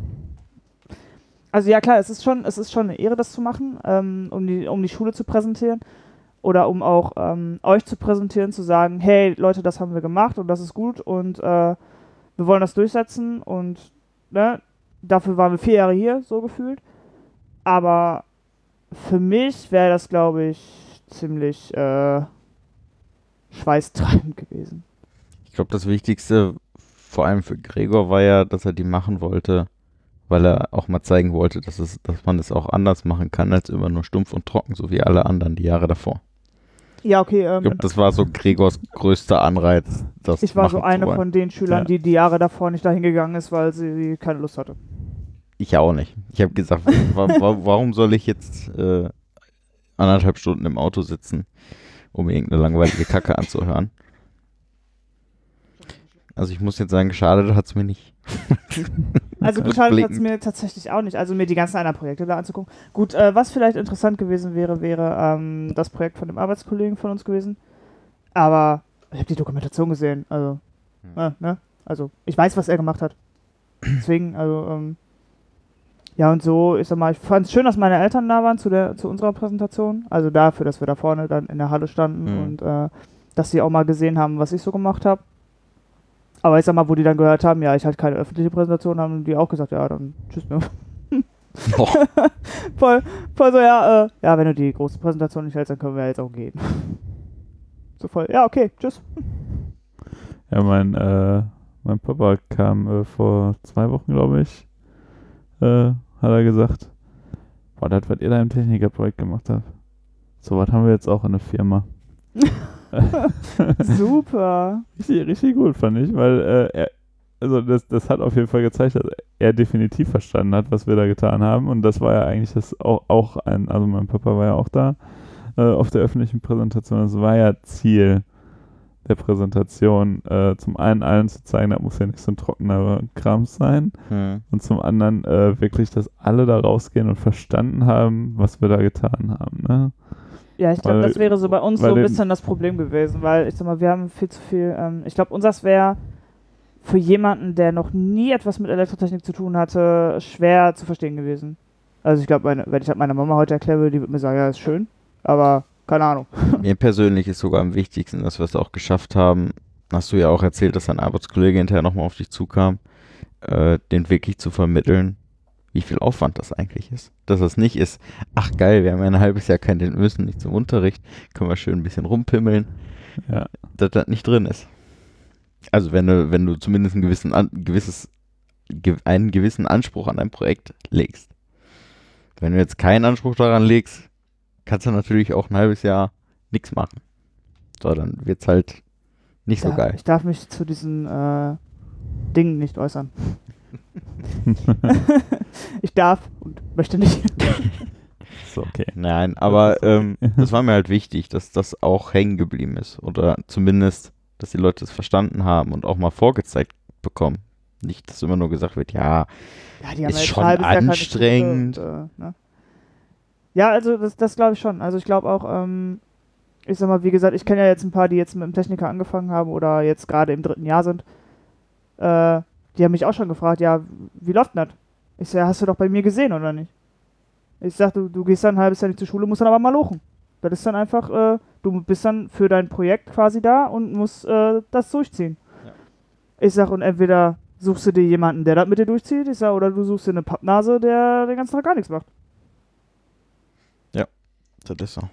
Also ja klar, es ist schon eine Ehre, das zu machen, um die Schule zu präsentieren oder um auch euch zu präsentieren, zu sagen, hey Leute, das haben wir gemacht und das ist gut und wir wollen das durchsetzen und ne, dafür waren wir 4 Jahre hier, so gefühlt. Aber für mich wäre das, glaube ich, ziemlich schweißtreibend gewesen. Ich glaube, das Wichtigste, vor allem für Gregor, war ja, dass er die machen wollte, weil er auch mal zeigen wollte, dass man es auch anders machen kann, als immer nur stumpf und trocken, so wie alle anderen die Jahre davor. Ja, okay. Ich glaube, das war so Gregors größter Anreiz, das Ich war machen so zu eine wollen. von den Schülern, Ja. die Jahre davor nicht dahin gegangen ist, weil sie keine Lust hatte. Ich auch nicht. Ich habe gesagt, warum soll ich jetzt 1,5 Stunden im Auto sitzen, um mir irgendeine langweilige Kacke anzuhören? Also ich muss jetzt sagen, geschadet hat es mir nicht. Also geschadet hat es Rückblickend. mir tatsächlich auch nicht, also mir die ganzen anderen Projekte da anzugucken. Gut, was vielleicht interessant gewesen wäre das Projekt von dem Arbeitskollegen von uns gewesen. Aber ich habe die Dokumentation gesehen, also, ne? Also ich weiß, was er gemacht hat. Deswegen, also, Ja, und so, ich sag mal, ich fand es schön, dass meine Eltern da waren zu unserer Präsentation. Also dafür, dass wir da vorne dann in der Halle standen und dass sie auch mal gesehen haben, was ich so gemacht habe. Aber ich sag mal, wo die dann gehört haben, ja, ich hatte keine öffentliche Präsentation, haben die auch gesagt, ja, dann tschüss, ne? voll so, ja, wenn du die große Präsentation nicht hältst, dann können wir jetzt auch gehen. So voll, ja, okay, tschüss. Ja, mein Papa kam vor 2 Wochen, glaube ich, hat er gesagt, boah, das, was ihr da im Technikerprojekt gemacht habt, so was haben wir jetzt auch in der Firma. Super. Richtig gut, fand ich, weil das hat auf jeden Fall gezeigt, dass er definitiv verstanden hat, was wir da getan haben, und das war ja eigentlich also mein Papa war ja auch da auf der öffentlichen Präsentation, das war ja Ziel der Präsentation, zum einen allen zu zeigen, das muss ja nicht so ein trockener Kram sein, und zum anderen wirklich, dass alle da rausgehen und verstanden haben, was wir da getan haben, ne? Ja, ich glaube, das wäre so bei uns so ein bisschen das Problem gewesen, weil ich sag mal, wir haben viel zu viel, ich glaube, unseres wäre für jemanden, der noch nie etwas mit Elektrotechnik zu tun hatte, schwer zu verstehen gewesen. Also ich glaube, wenn ich das meiner Mama heute erklären würde, die würde mir sagen, ja, ist schön, aber keine Ahnung. Mir persönlich ist sogar am wichtigsten, dass wir es auch geschafft haben, hast du ja auch erzählt, dass dein Arbeitskollege hinterher nochmal auf dich zukam, den wirklich zu vermitteln, wie viel Aufwand das eigentlich ist. Dass es nicht ist, ach geil, wir haben ja ein halbes Jahr müssen nicht zum Unterricht, können wir schön ein bisschen rumpimmeln, Ja. dass das nicht drin ist. Also wenn du zumindest einen gewissen Anspruch an dein Projekt legst. Wenn du jetzt keinen Anspruch daran legst, kannst du natürlich auch ein halbes Jahr nichts machen. So, dann wird's halt nicht so geil. Ich darf mich zu diesen Dingen nicht äußern. Ich darf und möchte nicht. Ist okay. Nein, aber das war mir halt wichtig, dass das auch hängen geblieben ist. Oder zumindest, dass die Leute es verstanden haben und auch mal vorgezeigt bekommen. Nicht, dass immer nur gesagt wird, ja die haben ist schon anstrengend. Ne? Ja, also das glaube ich schon. Also ich glaube auch, ich sag mal, wie gesagt, ich kenne ja jetzt ein paar, die jetzt mit dem Techniker angefangen haben oder jetzt gerade im 3. Jahr sind. Die haben mich auch schon gefragt, ja, wie läuft denn das? Ich sag, hast du doch bei mir gesehen, oder nicht? Ich sag, du gehst dann ein halbes Jahr nicht zur Schule, musst dann aber mal lochen. Das ist dann einfach, du bist dann für dein Projekt quasi da und musst das durchziehen. Ja. Ich sag, und entweder suchst du dir jemanden, der das mit dir durchzieht, ich sag, oder du suchst dir eine Pappnase, der den ganzen Tag gar nichts macht. Ja, das ist so.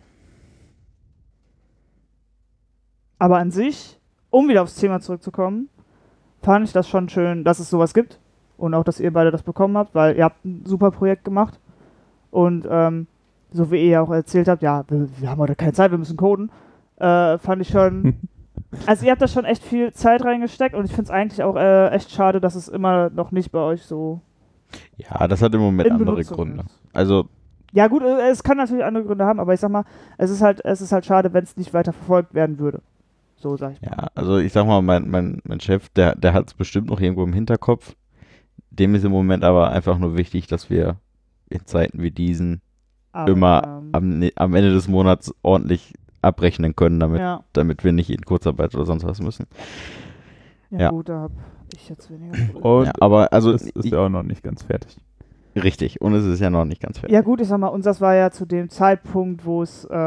Aber an sich, um wieder aufs Thema zurückzukommen, fand ich das schon schön, dass es sowas gibt und auch, dass ihr beide das bekommen habt, weil ihr habt ein super Projekt gemacht und so wie ihr ja auch erzählt habt, ja, wir haben heute keine Zeit, wir müssen coden, fand ich schon, also ihr habt da schon echt viel Zeit reingesteckt und ich finde es eigentlich auch echt schade, dass es immer noch nicht bei euch so... Ja, das hat im Moment andere Gründe. Also... Ja gut, es kann natürlich andere Gründe haben, aber ich sag mal, es ist halt schade, wenn es nicht weiter verfolgt werden würde. So sag ich mal. Ja, also ich sag mal, mein Chef, der hat es bestimmt noch irgendwo im Hinterkopf. Dem ist im Moment aber einfach nur wichtig, dass wir in Zeiten wie diesen immer am Ende des Monats ordentlich abrechnen können, damit wir nicht in Kurzarbeit oder sonst was müssen. Ja. Gut, da hab ich jetzt weniger. Und ja, aber also das ist ja auch noch nicht ganz fertig. Richtig, und es ist ja noch nicht ganz fertig. Ja gut, ich sag mal, unseres war ja zu dem Zeitpunkt, wo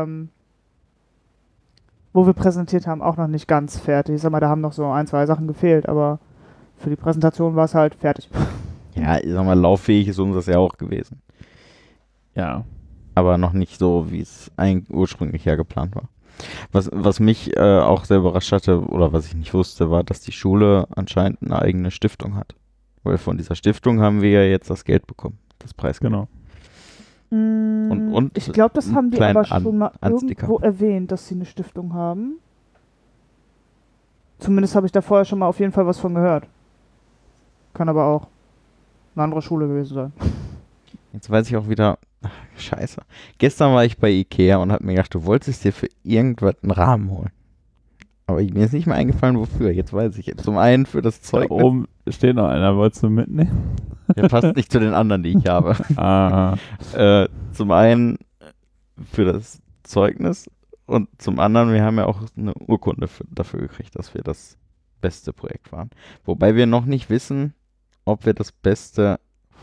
wir präsentiert haben, auch noch nicht ganz fertig. Ich sag mal, da haben noch so 1, 2 Sachen gefehlt, aber für die Präsentation war es halt fertig. Ja, ich sag mal, lauffähig ist unseres ja auch gewesen. Ja. Aber noch nicht so, wie es ursprünglich ja geplant war. Was mich auch sehr überrascht hatte, oder was ich nicht wusste, war, dass die Schule anscheinend eine eigene Stiftung hat. Weil von dieser Stiftung haben wir ja jetzt das Geld bekommen, das Preisgeld. Genau. Und ich glaube, das haben die aber schon mal Ansticker. irgendwo erwähnt, dass sie eine Stiftung haben. Zumindest habe ich da vorher schon mal auf jeden Fall was von gehört. Kann aber auch eine andere Schule gewesen sein. Jetzt weiß ich auch wieder, ach, scheiße. Gestern war ich bei Ikea und habe mir gedacht, du wolltest dir für irgendwas einen Rahmen holen. Aber mir ist nicht mehr eingefallen, wofür. Jetzt weiß ich. Zum einen für das Zeug. Da oben steht noch einer, wolltest du mitnehmen? Der passt nicht zu den anderen, die ich habe. Ah. Zum einen für das Zeugnis und zum anderen, wir haben ja auch eine Urkunde dafür gekriegt, dass wir das beste Projekt waren. Wobei wir noch nicht wissen, ob wir das Beste von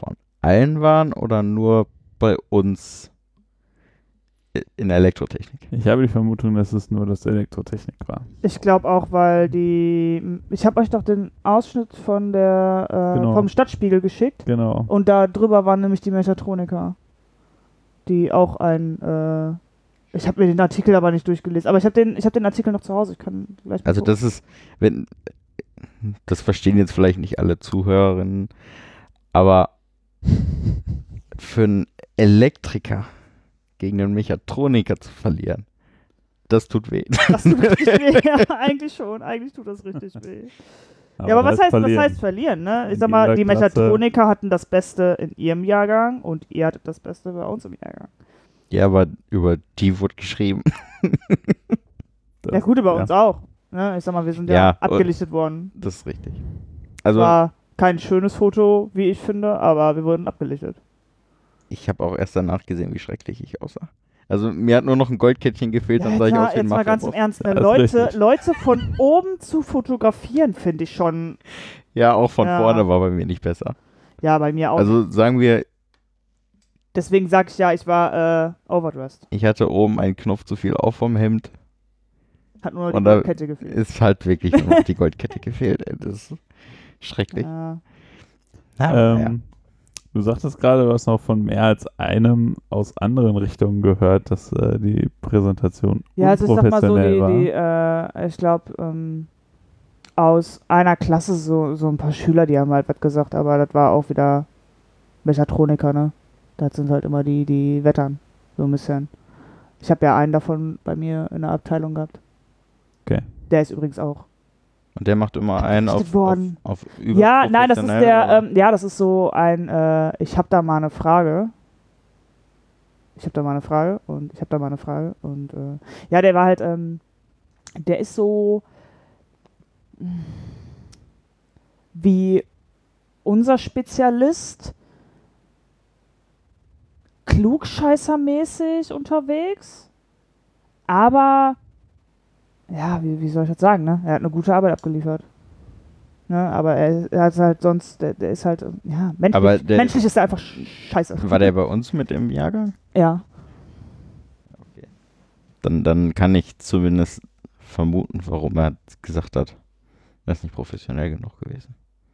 allen waren oder nur bei uns in der Elektrotechnik? Ich habe die Vermutung, dass es nur das Elektrotechnik war. Ich glaube auch, weil ich habe euch doch den Ausschnitt von Genau. vom Stadtspiegel geschickt Genau. und da drüber waren nämlich die Mechatroniker, die auch ich habe mir den Artikel aber nicht durchgelesen, aber ich habe den Artikel noch zu Hause, ich kann gleich mal Also gucken. das ist, das verstehen jetzt vielleicht nicht alle Zuhörerinnen, aber für einen Elektriker gegen einen Mechatroniker zu verlieren, das tut weh. Das tut richtig weh, ja, eigentlich schon, eigentlich tut das richtig weh. Ja, aber was heißt verlieren, ne? Ich In sag mal, jeder die Klasse. Mechatroniker hatten das Beste in ihrem Jahrgang und ihr hattet das Beste bei uns im Jahrgang. Ja, aber über die wurde geschrieben. Ja gut, bei ja. uns auch. Ne? Ich sag mal, wir sind ja Ja, abgelichtet worden. Das ist richtig. Also War kein schönes Foto, wie ich finde, aber wir wurden abgelichtet. ich habe auch erst danach gesehen, wie schrecklich ich aussah. Also mir hat nur noch ein Goldkettchen gefehlt, dann sah ich aus wie ein jetzt mal ganz im Mafia-Boss. Ernst, ne? Ja, ist richtig. Leute von oben zu fotografieren, finde ich schon. Ja, auch von Ja. vorne war bei mir nicht besser. Ja, bei mir auch. Also sagen wir, Deswegen sag ich ja, ich war overdressed. ich hatte oben einen Knopf zu viel auf vom Hemd. Hat nur noch die Und da Kette gefehlt. ist halt wirklich nur noch die Goldkette gefehlt. Ey. Das ist schrecklich. Ja. Du sagtest gerade, du hast noch von mehr als einem aus anderen Richtungen gehört, dass die Präsentation Ja, also ich sag mal so, unprofessionell war. ich glaube, aus einer Klasse so ein paar Schüler, die haben halt was gesagt, aber das war auch wieder Mechatroniker, ne? Das sind halt immer die Wettern, so ein bisschen. Ich habe ja einen davon bei mir in der Abteilung gehabt. Okay. Der ist übrigens auch. Und der macht immer einen auf worden. überprofessionell, Ja, nein, das ist der, oder? ja, das ist so ein, ich habe da mal eine Frage. Und ja, der war halt, der ist so wie unser Spezialist, klugscheißermäßig unterwegs, aber ja, wie soll ich das sagen, ne? Er hat eine gute Arbeit abgeliefert. Ne? Aber er hat halt sonst, der ist halt, ja, menschlich, Aber menschlich ist er einfach scheiße. War der bei uns mit im Jahrgang? Ja. Dann kann ich zumindest vermuten, warum er gesagt hat, er ist nicht professionell genug gewesen.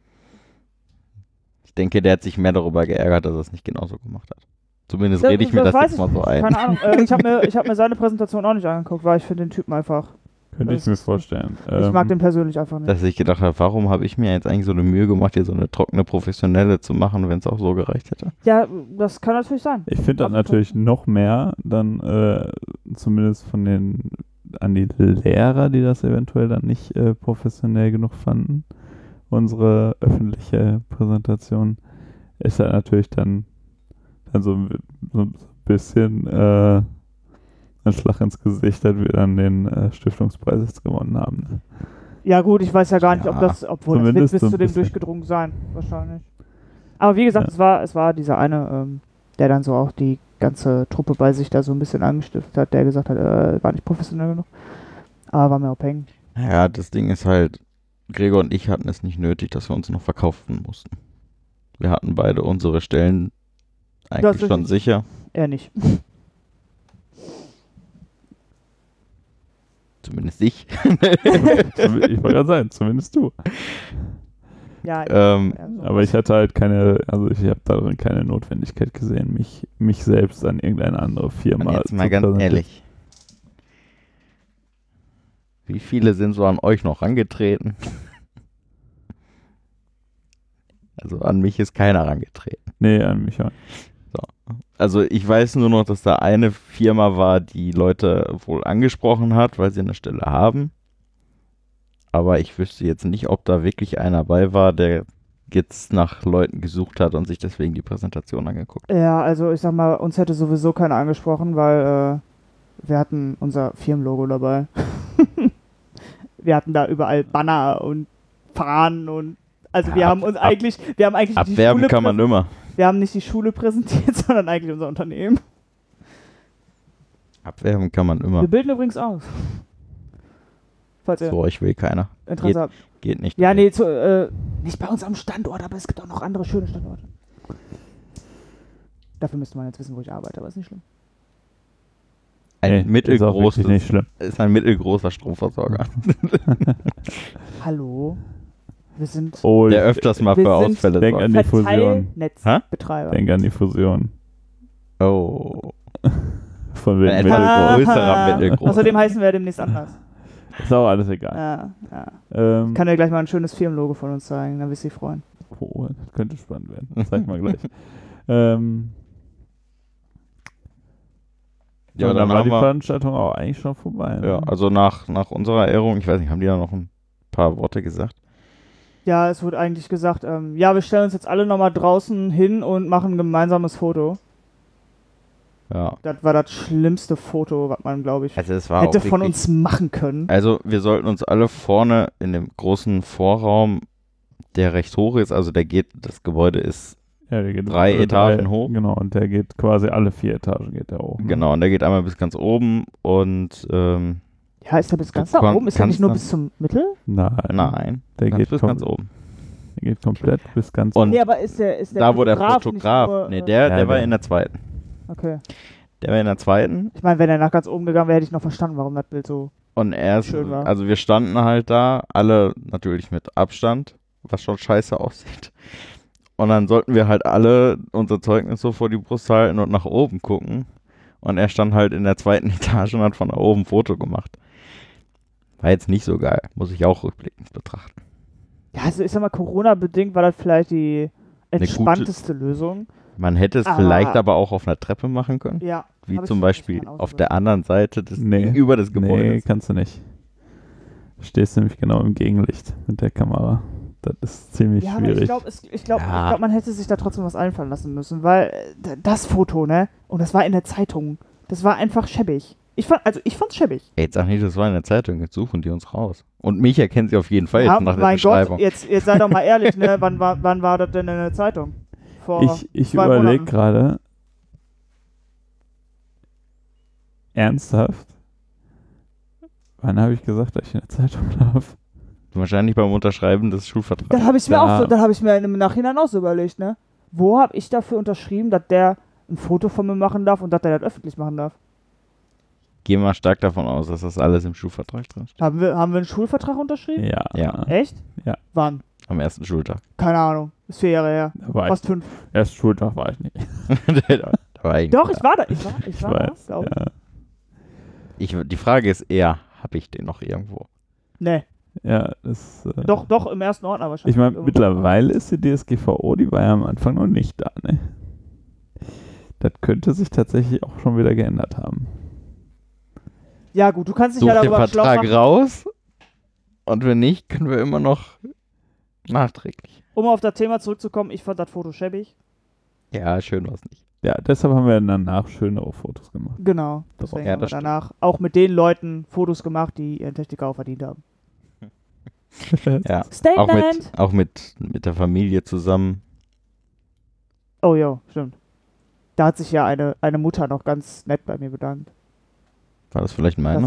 Ich denke, der hat sich mehr darüber geärgert, dass er es nicht genauso gemacht hat. Zumindest rede ich mir das weiß jetzt mal so ein. Keine Ahnung. Ich hab mir seine Präsentation auch nicht angeguckt, weil ich finde den Typen einfach. Könnte ich mir vorstellen. Ich mag den persönlich einfach nicht. Dass ich gedacht habe, warum habe ich mir jetzt eigentlich so eine Mühe gemacht, hier so eine trockene Professionelle zu machen, wenn es auch so gereicht hätte? Ja, das kann natürlich sein. Ich finde das natürlich noch mehr, dann zumindest an die Lehrer, die das eventuell dann nicht professionell genug fanden. Unsere öffentliche Präsentation ist halt natürlich dann so ein bisschen ein Schlag ins Gesicht, dass wir dann den Stiftungspreis jetzt gewonnen haben. Ne? Ja gut, ich weiß ja gar nicht, Ja, obwohl das wird bis so ein zu dem bisschen. durchgedrungen sein, wahrscheinlich. Aber wie gesagt, es war dieser eine, der dann so auch die ganze Truppe bei sich da so ein bisschen angestiftet hat, der gesagt hat, war nicht professionell genug. Aber war mir auch hängen. Ja, das Ding ist halt, Gregor und ich hatten es nicht nötig, dass wir uns noch verkaufen mussten. Wir hatten beide unsere Stellen eigentlich Das schon ist- sicher. Er nicht. Zumindest ich. Ich wollte gerade sagen, zumindest du. Ja, Aber ich hatte halt ich habe darin keine Notwendigkeit gesehen, mich selbst an irgendeine andere Firma Und jetzt mal zu ganz präsentieren. ehrlich. Wie viele sind so an euch noch rangetreten? Also an mich ist keiner rangetreten. Nee, an mich auch. Also ich weiß nur noch, dass da eine Firma war, die Leute wohl angesprochen hat, weil sie eine Stelle haben. Aber ich wüsste jetzt nicht, ob da wirklich einer bei war, der jetzt nach Leuten gesucht hat und sich deswegen die Präsentation angeguckt hat. Ja, also ich sag mal, uns hätte sowieso keiner angesprochen, weil wir hatten unser Firmenlogo dabei. Wir hatten da überall Banner und Fahnen und also wir haben eigentlich die Abwerben Schule kann man immer. wir haben nicht die Schule präsentiert, sondern eigentlich unser Unternehmen. Abwerben kann man immer. Wir bilden übrigens aus. Falls ihr So, ich will keiner. Interesse habt. Geht nicht. Ja, nee, nicht bei uns am Standort, aber es gibt auch noch andere schöne Standorte. Dafür müsste man jetzt wissen, wo ich arbeite, aber ist nicht schlimm. Ein Ist auch wirklich nicht schlimm. ist ein mittelgroßer Stromversorger, Hallo? Wir sind Oh, der öfters mal wir für sind- Ausfälle Denk sorgt. an die Fusion. Verteilnetzbetreiber. Denk an die Fusion. Oh. Von Ein wegen etwas mittelgroß. größerer Mittelgroß. Außerdem heißen wir demnächst anders. Ist auch alles egal. Ja. Ähm, Kann dir gleich mal ein schönes Firmenlogo von uns zeigen, dann wirst du dich freuen. oh, das könnte spannend werden. Das zeig mal gleich. Ähm, Ja, und dann dann war haben die wir, Veranstaltung auch eigentlich schon vorbei. Ne? ja, also nach unserer Ehrung, ich weiß nicht, haben die da noch ein paar Worte gesagt? Ja, es wurde eigentlich gesagt, ja, wir stellen uns jetzt alle nochmal draußen hin und machen ein gemeinsames Foto. Ja. Das war das schlimmste Foto, was man, glaube ich, Also es war hätte auch von wirklich, uns machen können. Also wir sollten uns alle vorne in dem großen Vorraum, der recht hoch ist, also das Gebäude ist, Ja, der geht 3 Etagen hoch. Genau, und der geht quasi alle 4 Etagen geht der hoch. Ne? genau, und der geht einmal bis ganz oben und Ja, ist der bis ganz Du nach oben? Ist der kannst nicht nur dann- bis zum Mittel? nein, Der geht bis ganz oben. Der geht komplett bis ganz Und Nee, aber ist der Da wo der Fotograf Fotograf, nicht nur, nee, der Ja, war der- in der zweiten. Okay. Der war in der zweiten Ich meine, wenn er nach ganz oben gegangen wäre, hätte ich noch verstanden, warum das Bild so... und Schön war. also wir standen halt da, alle natürlich mit Abstand, was schon scheiße aussieht. Und dann sollten wir halt alle unser Zeugnis so vor die Brust halten und nach oben gucken. Und er stand halt in der zweiten Etage und hat von da oben ein Foto gemacht. War jetzt nicht so geil, muss ich auch rückblickend betrachten. Ja, also ich sag mal, Corona-bedingt war das vielleicht die gute- entspannteste Lösung. Man hätte es Ah. vielleicht aber auch auf einer Treppe machen können. Ja. Wie hab ich zum Beispiel mal auf der anderen Seite des Nee. gegenüber des Nee, Gebäudes. kannst du nicht. Du stehst nämlich genau im Gegenlicht mit der Kamera. Das ist ziemlich Ja, aber schwierig. ich glaube, Ja. man hätte sich da trotzdem was einfallen lassen müssen, weil das Foto, ne? Und das war in der Zeitung. Das war einfach schäbig. Ich fand's schäbig. Ey, jetzt sag nicht, das war in der Zeitung, jetzt suchen die uns raus. Und mich erkennen sie auf jeden Fall Ja, jetzt nach der mein Beschreibung. Gott, jetzt sei doch mal ehrlich, ne? Wann war das denn in der Zeitung? Vor Ich 2 überlege Monaten. gerade, ernsthaft, wann habe ich gesagt, dass ich in der Zeitung darf? Wahrscheinlich beim Unterschreiben des Schulvertrags. Das habe ich mir Da- dann habe ich mir im Nachhinein auch so überlegt, ne? Wo habe ich dafür unterschrieben, dass der ein Foto von mir machen darf und dass der das öffentlich machen darf? Gehe mal stark davon aus, dass das alles im Schulvertrag drin steht. Haben wir einen Schulvertrag unterschrieben? Ja. Ja. Echt? Ja. Wann? Am ersten Schultag. Keine Ahnung. Ist 4 Jahre her. Da war Fast 5. ich, erst Schultag war ich nicht. Da war ich Doch, nicht ich war da. Ich war da, weiß. glaub ich. Ja. Die Frage ist eher, habe ich den noch irgendwo? Nee. Ja, das. Doch, im ersten Ordner wahrscheinlich. Ich meine, Irgendwo. mittlerweile ist die DSGVO, die war ja am Anfang noch nicht da, ne? Das könnte sich tatsächlich auch schon wieder geändert haben. Ja, gut, du kannst dich Such ja den darüber schlau Vertrag machen. raus und wenn nicht, können wir immer noch nachträglich. Um auf das Thema zurückzukommen, ich fand das Foto schäbig. Ja, schön war's nicht. Ja, deshalb haben wir danach schönere Fotos gemacht. Genau. Das Deswegen ja, haben wir das stimmt. danach auch mit den Leuten Fotos gemacht, die ihren Techniker auch verdient haben. Ja. Statement! Auch mit der Familie zusammen. Oh ja, stimmt. Da hat sich ja eine Mutter noch ganz nett bei mir bedankt. War das vielleicht meine?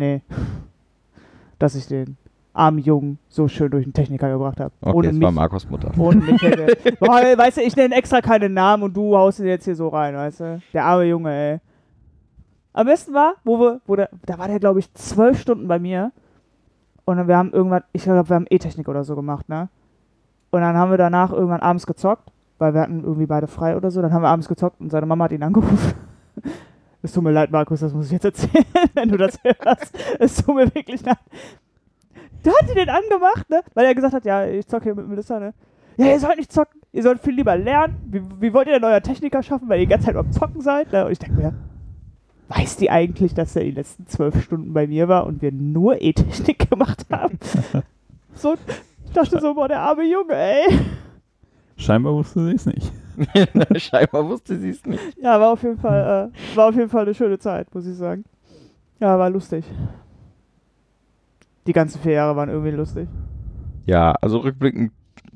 Dass ich den armen Jungen so schön durch den Techniker gebracht habe. Okay, Ohne es mich. war Markus Mutter. Ohne mich hätte. Boah, weißt du, ich nenne extra keinen Namen und du haust ihn jetzt hier so rein, weißt du? Der arme Junge, ey. Am besten war, da war der, glaube ich, 12 Stunden bei mir. Und dann wir haben irgendwann, ich glaube, wir haben E-Technik oder so gemacht, ne? Und dann haben wir danach irgendwann abends gezockt, weil wir hatten irgendwie beide frei oder so. Dann haben wir abends gezockt und seine Mama hat ihn angerufen. Es tut mir leid, Markus, das muss ich jetzt erzählen, wenn du das hörst. Es tut mir wirklich leid. Da hat die den angemacht, ne? Weil er gesagt hat, ja, ich zocke hier mit Melissa, ne? Ja, ihr sollt nicht zocken, ihr sollt viel lieber lernen. Wie wollt ihr denn euer Techniker schaffen, weil ihr die ganze Zeit beim Zocken seid? Ne? Und ich denke mir, weiß die eigentlich, dass er die letzten 12 Stunden bei mir war und wir nur E-Technik gemacht haben? So, ich dachte so, boah, der arme Junge, ey. Scheinbar wusste sie es nicht. Scheinbar wusste sie es nicht. Ja, war auf jeden Fall eine schöne Zeit, muss ich sagen. Ja, war lustig. Die ganzen 4 Jahre waren irgendwie lustig. Ja, also rückblickend,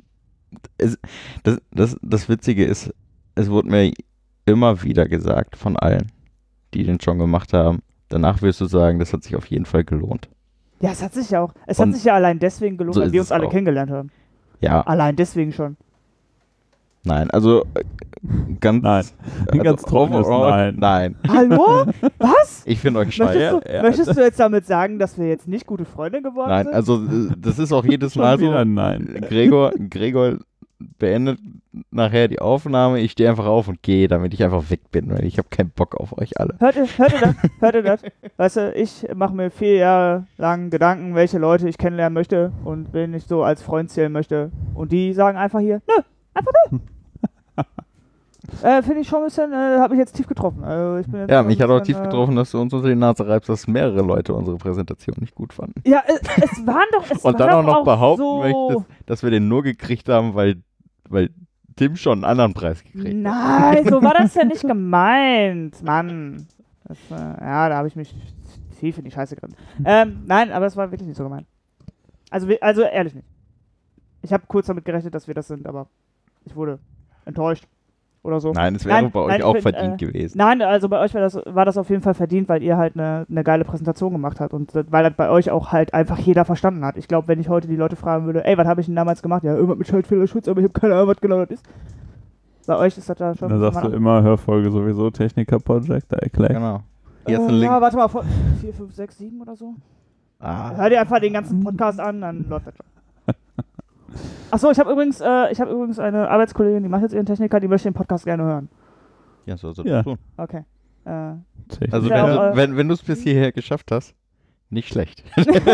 das Witzige ist, es wurde mir immer wieder gesagt von allen, die den schon gemacht haben. Danach wirst du sagen, das hat sich auf jeden Fall gelohnt. Ja, es hat sich ja auch. Und allein deswegen gelohnt, so weil ist wir es uns alle auch. kennengelernt haben. Ja, Allein deswegen schon. Nein, also ganz... Nein. Ein ganz trockenes overall, Nein. Hallo? Was? Ich finde euch scheiße. Möchtest du jetzt damit sagen, dass wir jetzt nicht gute Freunde geworden Nein, sind? also das ist auch jedes Schon Mal so. wieder Nein. Gregor beendet nachher die Aufnahme, ich stehe einfach auf und gehe, damit ich einfach weg bin, weil ich habe keinen Bock auf euch alle. Hört ihr das? Hört ihr das? Weißt du, ich mache mir 4 Jahre lang Gedanken, welche Leute ich kennenlernen möchte und wen ich so als Freund zählen möchte. Und die sagen einfach hier, nö, einfach nö. Finde ich schon ein bisschen, hat mich jetzt tief getroffen. Also ich bin jetzt Ja, schon mich ein hat auch bisschen, tief getroffen, dass du uns unter die Nase reibst, dass mehrere Leute unsere Präsentation nicht gut fanden. Ja, es waren doch, Und dann auch noch behaupten so möchtest, dass wir den nur gekriegt haben, weil Tim schon einen anderen Preis gekriegt hat. Nein, so war das ja nicht gemeint, Mann. Das, ja, da habe ich mich tief in die Scheiße geritten. Nein, aber es war wirklich nicht so gemeint. Also ehrlich nicht. Ich habe kurz damit gerechnet, dass wir das sind, aber ich wurde enttäuscht oder so. Nein, es wäre bei euch ich auch bin, verdient gewesen. Nein, also bei euch war das auf jeden Fall verdient, weil ihr halt eine geile Präsentation gemacht habt und weil das bei euch auch halt einfach jeder verstanden hat. Ich glaube, wenn ich heute die Leute fragen würde, ey, was habe ich denn damals gemacht? Ja, irgendwas mit Schaltfehlerschutz, aber ich habe keine Ahnung, was genau das ist. Bei euch ist das da schon... Dann sagst du immer Hörfolge sowieso Techniker-Project, da erklärt. Genau. Hier ist ein Link. Ja, warte mal, 4, 5, 6, 7 oder so. Hör dir einfach den ganzen Podcast an, dann läuft das schon. Achso, ich habe übrigens eine Arbeitskollegin, die macht jetzt ihren Techniker, die möchte den Podcast gerne hören. Ja, so Ja. tun. Okay. Also Ja, auch, wenn du es bis hierher geschafft hast, nicht schlecht.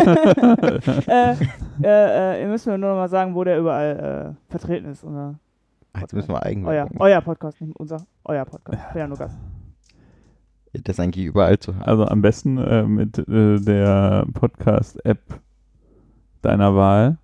ihr müsst mir nur noch mal sagen, wo der überall vertreten ist. Jetzt müssen wir eigentlich. Euer Podcast, nicht unser. Euer Podcast. Ich bin ja nur Gast. Das ist eigentlich überall zu hören. Also am besten mit der Podcast-App deiner Wahl.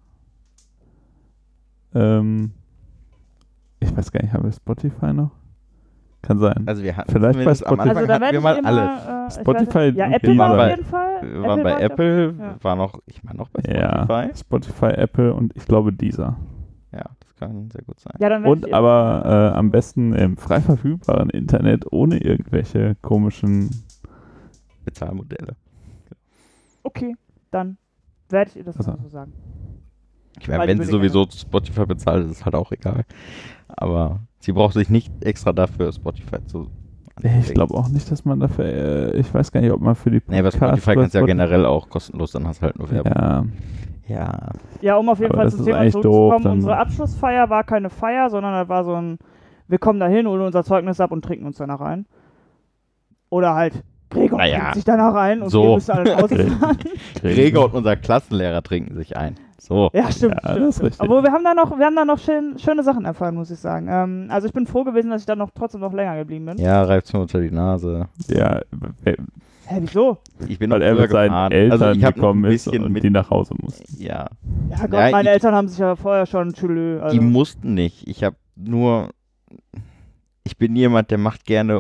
Ich weiß gar nicht, haben wir Spotify noch? Kann sein. Also wir hatten Vielleicht zumindest bei am Spotify. Anfang da hatten werde wir ich mal immer, alles. Spotify ja, und Apple war Deezer. auf jeden Fall. Wir waren bei war ich Apple, ja. war noch, ich meine noch bei Ja, Spotify. Spotify, Apple und ich glaube Deezer. Ja, das kann sehr gut sein. Ja, dann werd Und ich aber am besten im frei verfügbaren Internet ohne irgendwelche komischen... Bezahlmodelle. Okay, dann werde ich ihr das Also. mal so sagen. Ich meine, Weil wenn die sie würde sowieso Spotify bezahlt, ist es halt auch egal. Aber sie braucht sich nicht extra dafür Spotify zu... Ich glaube auch nicht, dass man dafür... ich weiß gar nicht, ob man für die Nee, bei Spotify bei kannst du ja Spotify- generell auch kostenlos, dann hast du halt nur Werbung. Ja, Ja. Ja, um auf jeden Aber Fall das zum ist Thema eigentlich zurückzukommen, doof, dann- unsere Abschlussfeier war keine Feier, sondern das war so ein, wir kommen da hin, holen unser Zeugnis ab und trinken uns danach ein. Oder halt, Gregor Naja, trinkt sich danach ein und so. wir müssen alle nach Hause fahren. Gregor und unser Klassenlehrer trinken sich ein. So. Ja, stimmt. Ja, stimmt, das ist stimmt. richtig. Obwohl, wir haben da noch schöne Sachen erfahren, muss ich sagen. Also ich bin froh gewesen, dass ich dann trotzdem noch länger geblieben bin. Ja, reibt's mir unter die Nase. ja, Hä, wieso? Ich bin weil noch er früher mit seinen gefahren. Eltern Also ich habe ein gekommen ist bisschen und mit... die nach Hause mussten. Ja, Ja Gott, Ja, meine ich- Eltern haben sich ja vorher schon Tschüllü. Also. die mussten nicht. Ich habe nur... Ich bin jemand, der macht gerne...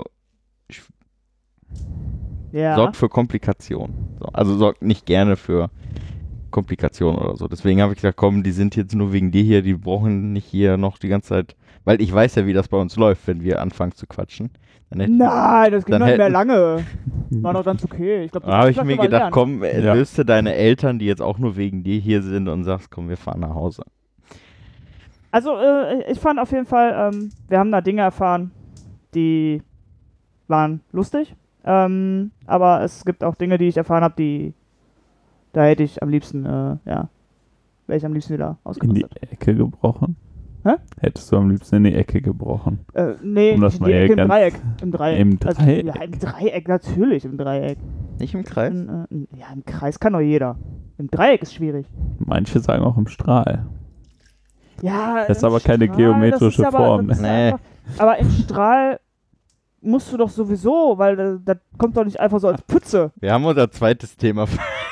ja. Sorgt für Komplikationen. So, also sorgt nicht gerne für Komplikationen oder so. Deswegen habe ich gesagt, komm, die sind jetzt nur wegen dir hier, die brauchen nicht hier noch die ganze Zeit... Weil ich weiß ja, wie das bei uns läuft, wenn wir anfangen zu quatschen. Dann hätte Nein, das ging Dann noch nicht mehr hätten- lange. War doch ganz okay. Ich glaub, Da habe ich das mir war gedacht, lernen. komm, Ja. löste deine Eltern, die jetzt auch nur wegen dir hier sind und sagst, komm, wir fahren nach Hause. Also, ich fand auf jeden Fall, wir haben da Dinge erfahren, die waren lustig. Aber es gibt auch Dinge, die ich erfahren habe, da hätte ich am liebsten, wäre ich am liebsten wieder In die ausgerastet. Ecke gebrochen? Hä? Hättest du am liebsten in die Ecke gebrochen? Nee, Um das die mal Ecke im ganz- Dreieck. Im Dreieck. Im Also, Dreieck? ja, im Dreieck, natürlich, im Dreieck. Nicht im Kreis? Ja, im Kreis kann doch jeder. Im Dreieck ist schwierig. Manche sagen auch im Strahl. Ja, Das ist im aber keine Strahl, geometrische das ist Form. das ist Nee. einfach, aber im Strahl musst du doch sowieso, weil das kommt doch nicht einfach so als Pütze. Wir haben unser zweites Thema.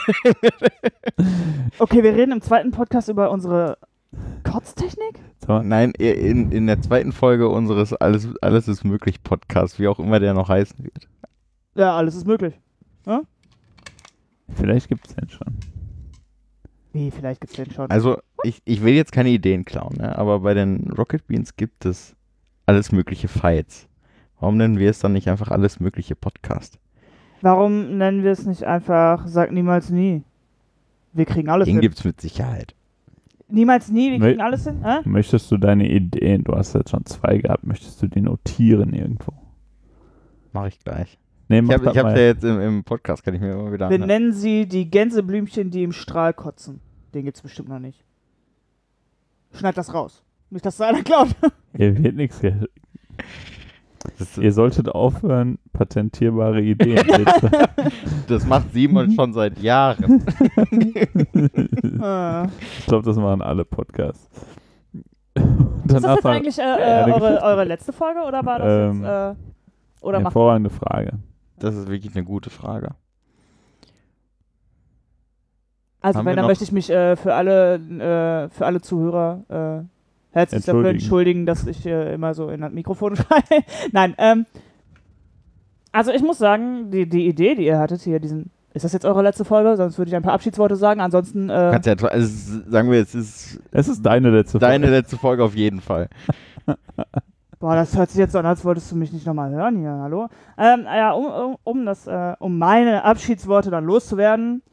Okay, wir reden im zweiten Podcast über unsere Kotztechnik? Sag mal, Nein, in der zweiten Folge unseres Alles ist möglich Podcast, wie auch immer der noch heißen wird. Ja, alles ist möglich. vielleicht gibt es den schon. Wie, vielleicht gibt's den schon. Also, ich will jetzt keine Ideen klauen, ne? Aber bei den Rocket Beans gibt es alles mögliche Fights. Warum nennen wir es dann nicht einfach alles mögliche Podcast? Warum nennen wir es nicht einfach Sag niemals nie? Wir kriegen alles Den mit. gibt es mit Sicherheit. niemals nie, wir Nee. kriegen alles hin. Möchtest du deine Ideen, du hast jetzt schon 2 gehabt, möchtest du die notieren irgendwo? Mache ich gleich. Nee, Ich mach habe das ja mal. jetzt im Podcast, kann ich mir immer wieder Wir anhören. nennen sie die Gänseblümchen, die im Strahl kotzen. Den gibt's bestimmt noch nicht. Schneid das raus. Nicht, dass da einer klaut. Hier wird nichts. Das, Ihr solltet aufhören, patentierbare Ideen. das macht Simon schon seit Jahren. Ich glaube, das machen alle Podcasts. Ist das jetzt war eigentlich eine Geschichte. eure letzte Folge oder war das jetzt oder eine macht hervorragende Frage. Das ist wirklich eine gute Frage. Also Haben wenn, wir dann noch- möchte ich mich für alle Zuhörer herzlich dafür entschuldigen, dass ich immer so in das Mikrofon schreie. Nein, also ich muss sagen, die Idee, die ihr hattet hier, ist das jetzt eure letzte Folge? Sonst würde ich ein paar Abschiedsworte sagen. Ansonsten Kannst ja, also sagen wir, es ist Es ist deine letzte deine Folge. letzte Folge auf jeden Fall. boah, das hört sich jetzt so an, als wolltest du mich nicht nochmal hören hier, hallo? Ja, um meine Abschiedsworte dann loszuwerden,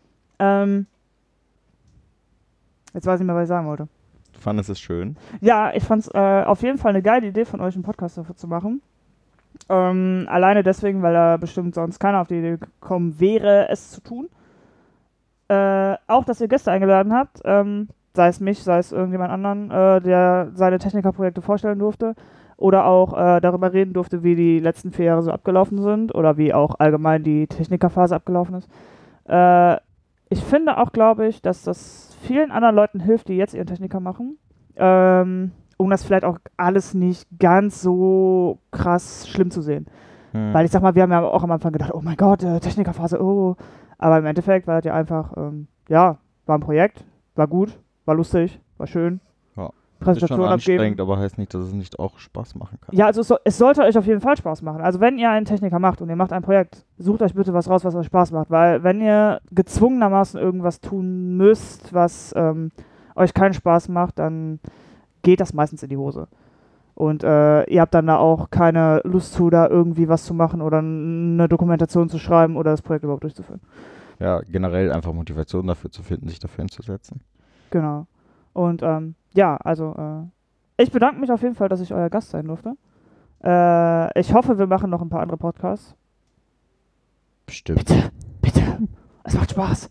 jetzt weiß ich nicht mehr, was ich sagen wollte. Du fandest es schön. Ja, ich fand es auf jeden Fall eine geile Idee von euch, einen Podcast dafür zu machen. Alleine deswegen, weil da bestimmt sonst keiner auf die Idee gekommen wäre, es zu tun. Auch, dass ihr Gäste eingeladen habt, sei es mich, sei es irgendjemand anderen, der seine Technikerprojekte vorstellen durfte oder auch darüber reden durfte, wie die letzten 4 Jahre so abgelaufen sind oder wie auch allgemein die Technikerphase abgelaufen ist. Ich finde auch, glaube ich, dass das vielen anderen Leuten hilft, die jetzt ihren Techniker machen, um das vielleicht auch alles nicht ganz so krass schlimm zu sehen. Weil ich sag mal, wir haben ja auch am Anfang gedacht, oh mein Gott, Technikerphase, oh. Aber im Endeffekt war das ja einfach, ja, war ein Projekt, war gut, war lustig, war schön. Ja. Ist schon Präsentation anstrengend, abgeben. aber heißt nicht, dass es nicht auch Spaß machen kann. Ja, also es sollte euch auf jeden Fall Spaß machen. Also wenn ihr einen Techniker macht und ihr macht ein Projekt, sucht euch bitte was raus, was euch Spaß macht. Weil wenn ihr gezwungenermaßen irgendwas tun müsst, was euch keinen Spaß macht, dann geht das meistens in die Hose. Und ihr habt dann da auch keine Lust zu, da irgendwie was zu machen oder eine Dokumentation zu schreiben oder das Projekt überhaupt durchzuführen. Ja, generell einfach Motivation dafür zu finden, sich dafür hinzusetzen. Genau. Und ja, also ich bedanke mich auf jeden Fall, dass ich euer Gast sein durfte. Ich hoffe, wir machen noch ein paar andere Podcasts. Bestimmt. Bitte, es macht Spaß.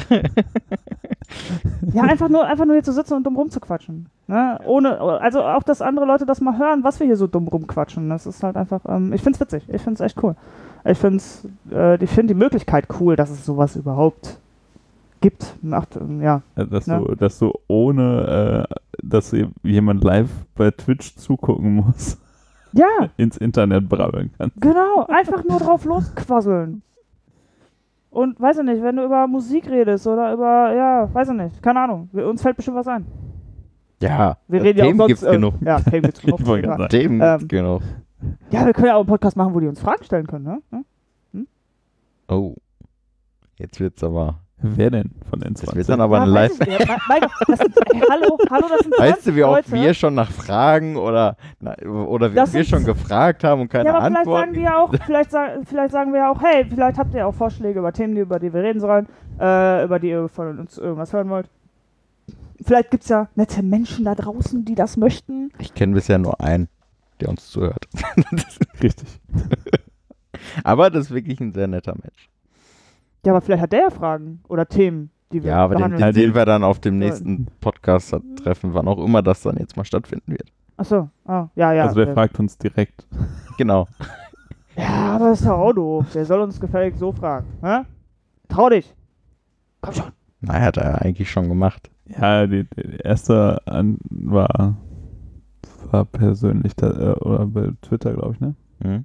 Ja, einfach nur hier zu sitzen und dumm rumzuquatschen. Ne? Also auch, dass andere Leute das mal hören, was wir hier so dumm rumquatschen. Das ist halt einfach, ich find's witzig. Ich find's echt cool. Ich finde die Möglichkeit cool, dass es sowas überhaupt gibt. Ja. Dass du ohne, dass jemand live bei Twitch zugucken muss, Ja, ins Internet brabbeln kannst. genau. Einfach nur drauf losquasseln. Und weiß ich nicht, wenn du über Musik redest oder über, ja, weiß ich nicht, keine Ahnung. Uns fällt bestimmt was ein. Ja, Wir reden ja auch Themen sonst, gibt's genug. Ja, Themen gibt's genug. Ich wollte gerade sagen. Themen gibt's genug. Ja, wir können ja auch einen Podcast machen, wo die uns Fragen stellen können, ne? Oh. Jetzt wird's aber. Wer denn von den Das 20? wird dann aber eine weiß Live. ich nicht. Mein Gott, das sind, hallo, das sind 20 Weißt du, wie oft Leute. wir schon nach Fragen oder Das wir sind- schon gefragt haben und keine Ja, aber vielleicht Antworten? sagen wir ja auch, vielleicht sagen wir ja auch, hey, vielleicht habt ihr auch Vorschläge über Themen, über die wir reden sollen, über die ihr von uns irgendwas hören wollt. Vielleicht gibt's ja nette Menschen da draußen, die das möchten. Ich kenne bisher nur einen, der uns zuhört. Richtig. Aber das ist wirklich ein sehr netter Mensch. Ja, aber vielleicht hat der ja Fragen oder Themen, die wir Ja, aber den behandeln. sehen wir dann auf dem Ja. nächsten Podcast-Treffen, wann auch immer das dann jetzt mal stattfinden wird. Achso, ja. Also der fragt uns direkt. Genau. Ja, aber das ist doch auch doof. Der soll uns gefällig so fragen. Hä? Trau dich. Komm schon. Na, hat er ja eigentlich schon gemacht. Ja, die erste war persönlich oder bei Twitter, glaube ich, ne? Hm?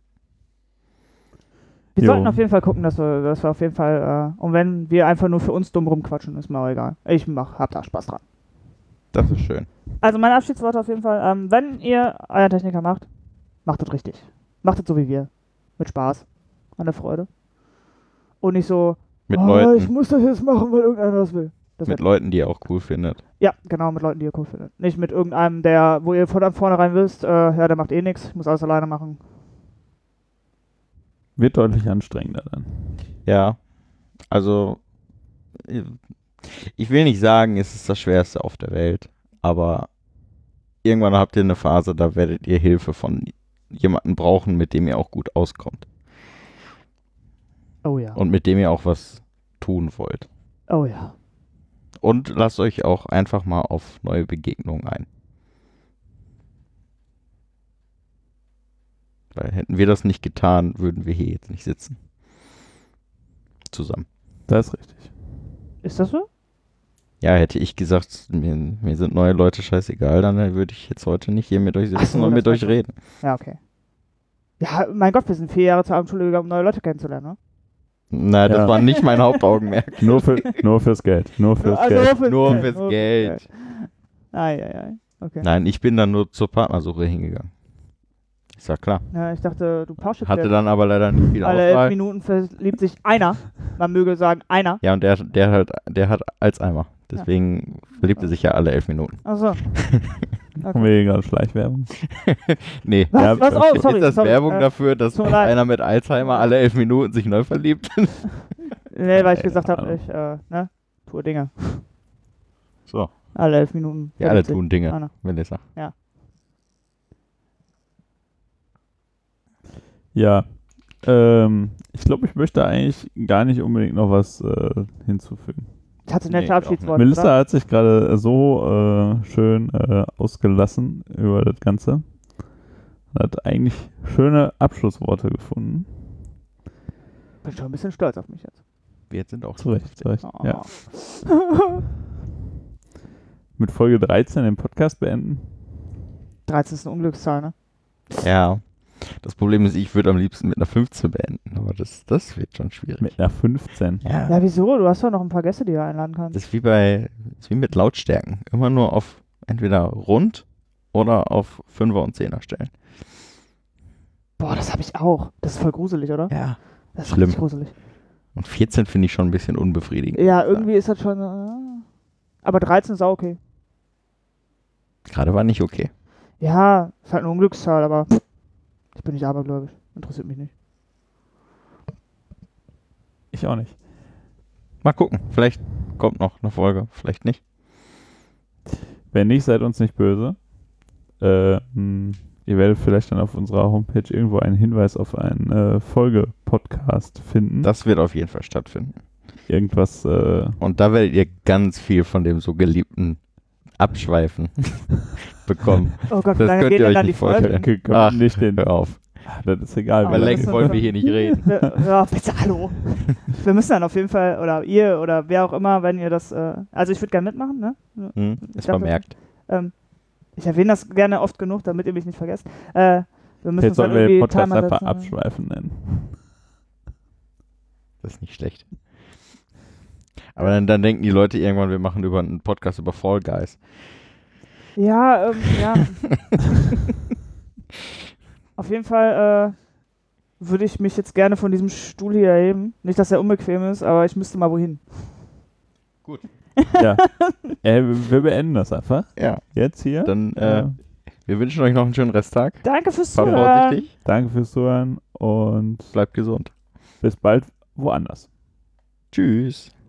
Wir Jo. sollten auf jeden Fall gucken, dass wir auf jeden Fall, und wenn wir einfach nur für uns dumm rumquatschen, ist mir auch egal. Ich hab da Spaß dran. Das ist schön. Also mein Abschiedswort auf jeden Fall, wenn ihr euren Techniker macht, macht es richtig. Macht es so wie wir. Mit Spaß. An der Freude. Und nicht so, Mit ich Leuten, muss das jetzt machen, weil irgendeiner das will. Das mit wär- Leuten, die ihr auch cool findet. Ja, genau, mit Leuten, die ihr cool findet. Nicht mit irgendeinem, wo ihr von vornherein wisst, ja, der macht eh nichts, ich muss alles alleine machen. Wird deutlich anstrengender dann. Ja. Also Ich will nicht sagen, es ist das Schwerste auf der Welt, aber irgendwann habt ihr eine Phase, da werdet ihr Hilfe von jemandem brauchen, mit dem ihr auch gut auskommt Oh ja. und mit dem ihr auch was tun wollt. Oh ja. Und lasst euch auch einfach mal auf neue Begegnungen ein. Weil hätten wir das nicht getan, würden wir hier jetzt nicht sitzen. Zusammen. Das ist richtig. Ist das so? Ja, hätte ich gesagt, mir sind neue Leute scheißegal, dann würde ich jetzt heute nicht hier mit euch Ach sitzen so, und mit das euch war schon- reden. Ja, okay. Ja, mein Gott, wir sind 4 Jahre zur Abendschule gegangen, um neue Leute kennenzulernen, ne? Nein, das Ja. war nicht mein Hauptaugenmerk. Nur fürs Geld. Nur fürs Also Geld. Nur fürs Geld. Ei. Okay. Nein, ich bin dann nur zur Partnersuche hingegangen. Ist ja klar. Ja, ich dachte, du pauschst Hatte dann aber leider nicht viel Alle 11 Auswahl. Minuten verliebt sich einer. Man möge sagen, einer. Ja, und der hat Alzheimer. Deswegen verliebte sich ja alle 11 Minuten. Achso. Haben wir hier gerade Schleichwerbung? Nee. Was? Ja, Was? Oh, Ist sorry. das sorry. Werbung dafür, dass tut mir leid. einer mit Alzheimer alle 11 Minuten sich neu verliebt? Nee, weil ich gesagt Keine habe, ich, tue Dinge. So. Alle 11 Minuten. Wir alle verliebt sich tun Dinge, einer. Melissa. Ja. Ich glaube, ich möchte eigentlich gar nicht unbedingt noch was hinzufügen. Ich hatte Nee, nette ich auch Abschiedsworte. Melissa oder? hat sich gerade so schön ausgelassen über das Ganze. Hat eigentlich schöne Abschlussworte gefunden. Bin schon ein bisschen stolz auf mich jetzt. Wir jetzt sind auch Zu Recht, zu Recht. Oh. Ja. Mit Folge 13 den Podcast beenden. 13 ist eine Unglückszahl, ne? Ja. Das Problem ist, ich würde am liebsten mit einer 15 beenden, aber das wird schon schwierig. Mit einer 15. Ja. Ja, wieso? Du hast doch noch ein paar Gäste, die du einladen kannst. Das ist wie mit Lautstärken. Immer nur auf entweder rund oder auf 5er und 10er stellen. Boah, das habe ich auch. Das ist voll gruselig, oder? Ja. Das ist schlimm. richtig gruselig. Und 14 finde ich schon ein bisschen unbefriedigend. Ja, irgendwie ist das schon. Aber 13 ist auch okay. Gerade war nicht okay. Ja, ist halt eine Unglückszahl, aber ich bin nicht abergläubisch. Interessiert mich nicht. Ich auch nicht. Mal gucken. Vielleicht kommt noch eine Folge, vielleicht nicht. Wenn nicht, seid uns nicht böse. Ihr werdet vielleicht dann auf unserer Homepage irgendwo einen Hinweis auf einen Folge-Podcast finden. Das wird auf jeden Fall stattfinden. Irgendwas. Und da werdet ihr ganz viel von dem so geliebten Abschweifen bekommen. Oh Gott, wie Das lange könnt gehen ihr denn euch dann die nicht vorstellen. Folgen? können Ach, nicht den. Hör auf. Das ist egal. Aber Weil das längst ist wollen doch- wir hier nicht reden. Ja, bitte, hallo. Wir müssen dann auf jeden Fall, oder ihr oder wer auch immer, wenn ihr das, also ich würde gerne mitmachen, ne? Ist dachte- vermerkt. Ich erwähne das gerne oft genug, damit ihr mich nicht vergesst. Wir müssen Jetzt uns dann sollen wir den irgendwie Podcast Timer einfach setzen. abschweifen nennen. Das ist nicht schlecht. Aber dann denken die Leute irgendwann, wir machen einen Podcast über Fall Guys. Ja, ja. Auf jeden Fall würde ich mich jetzt gerne von diesem Stuhl hier erheben. Nicht, dass er unbequem ist, aber ich müsste mal wohin. Ja. Wir beenden das einfach. Ja. Jetzt hier. Dann, wir wünschen euch noch einen schönen Resttag. Danke fürs Fahrt Zuhören. vorsichtig. Danke fürs Zuhören und Bleibt gesund. bis bald woanders. Tschüss.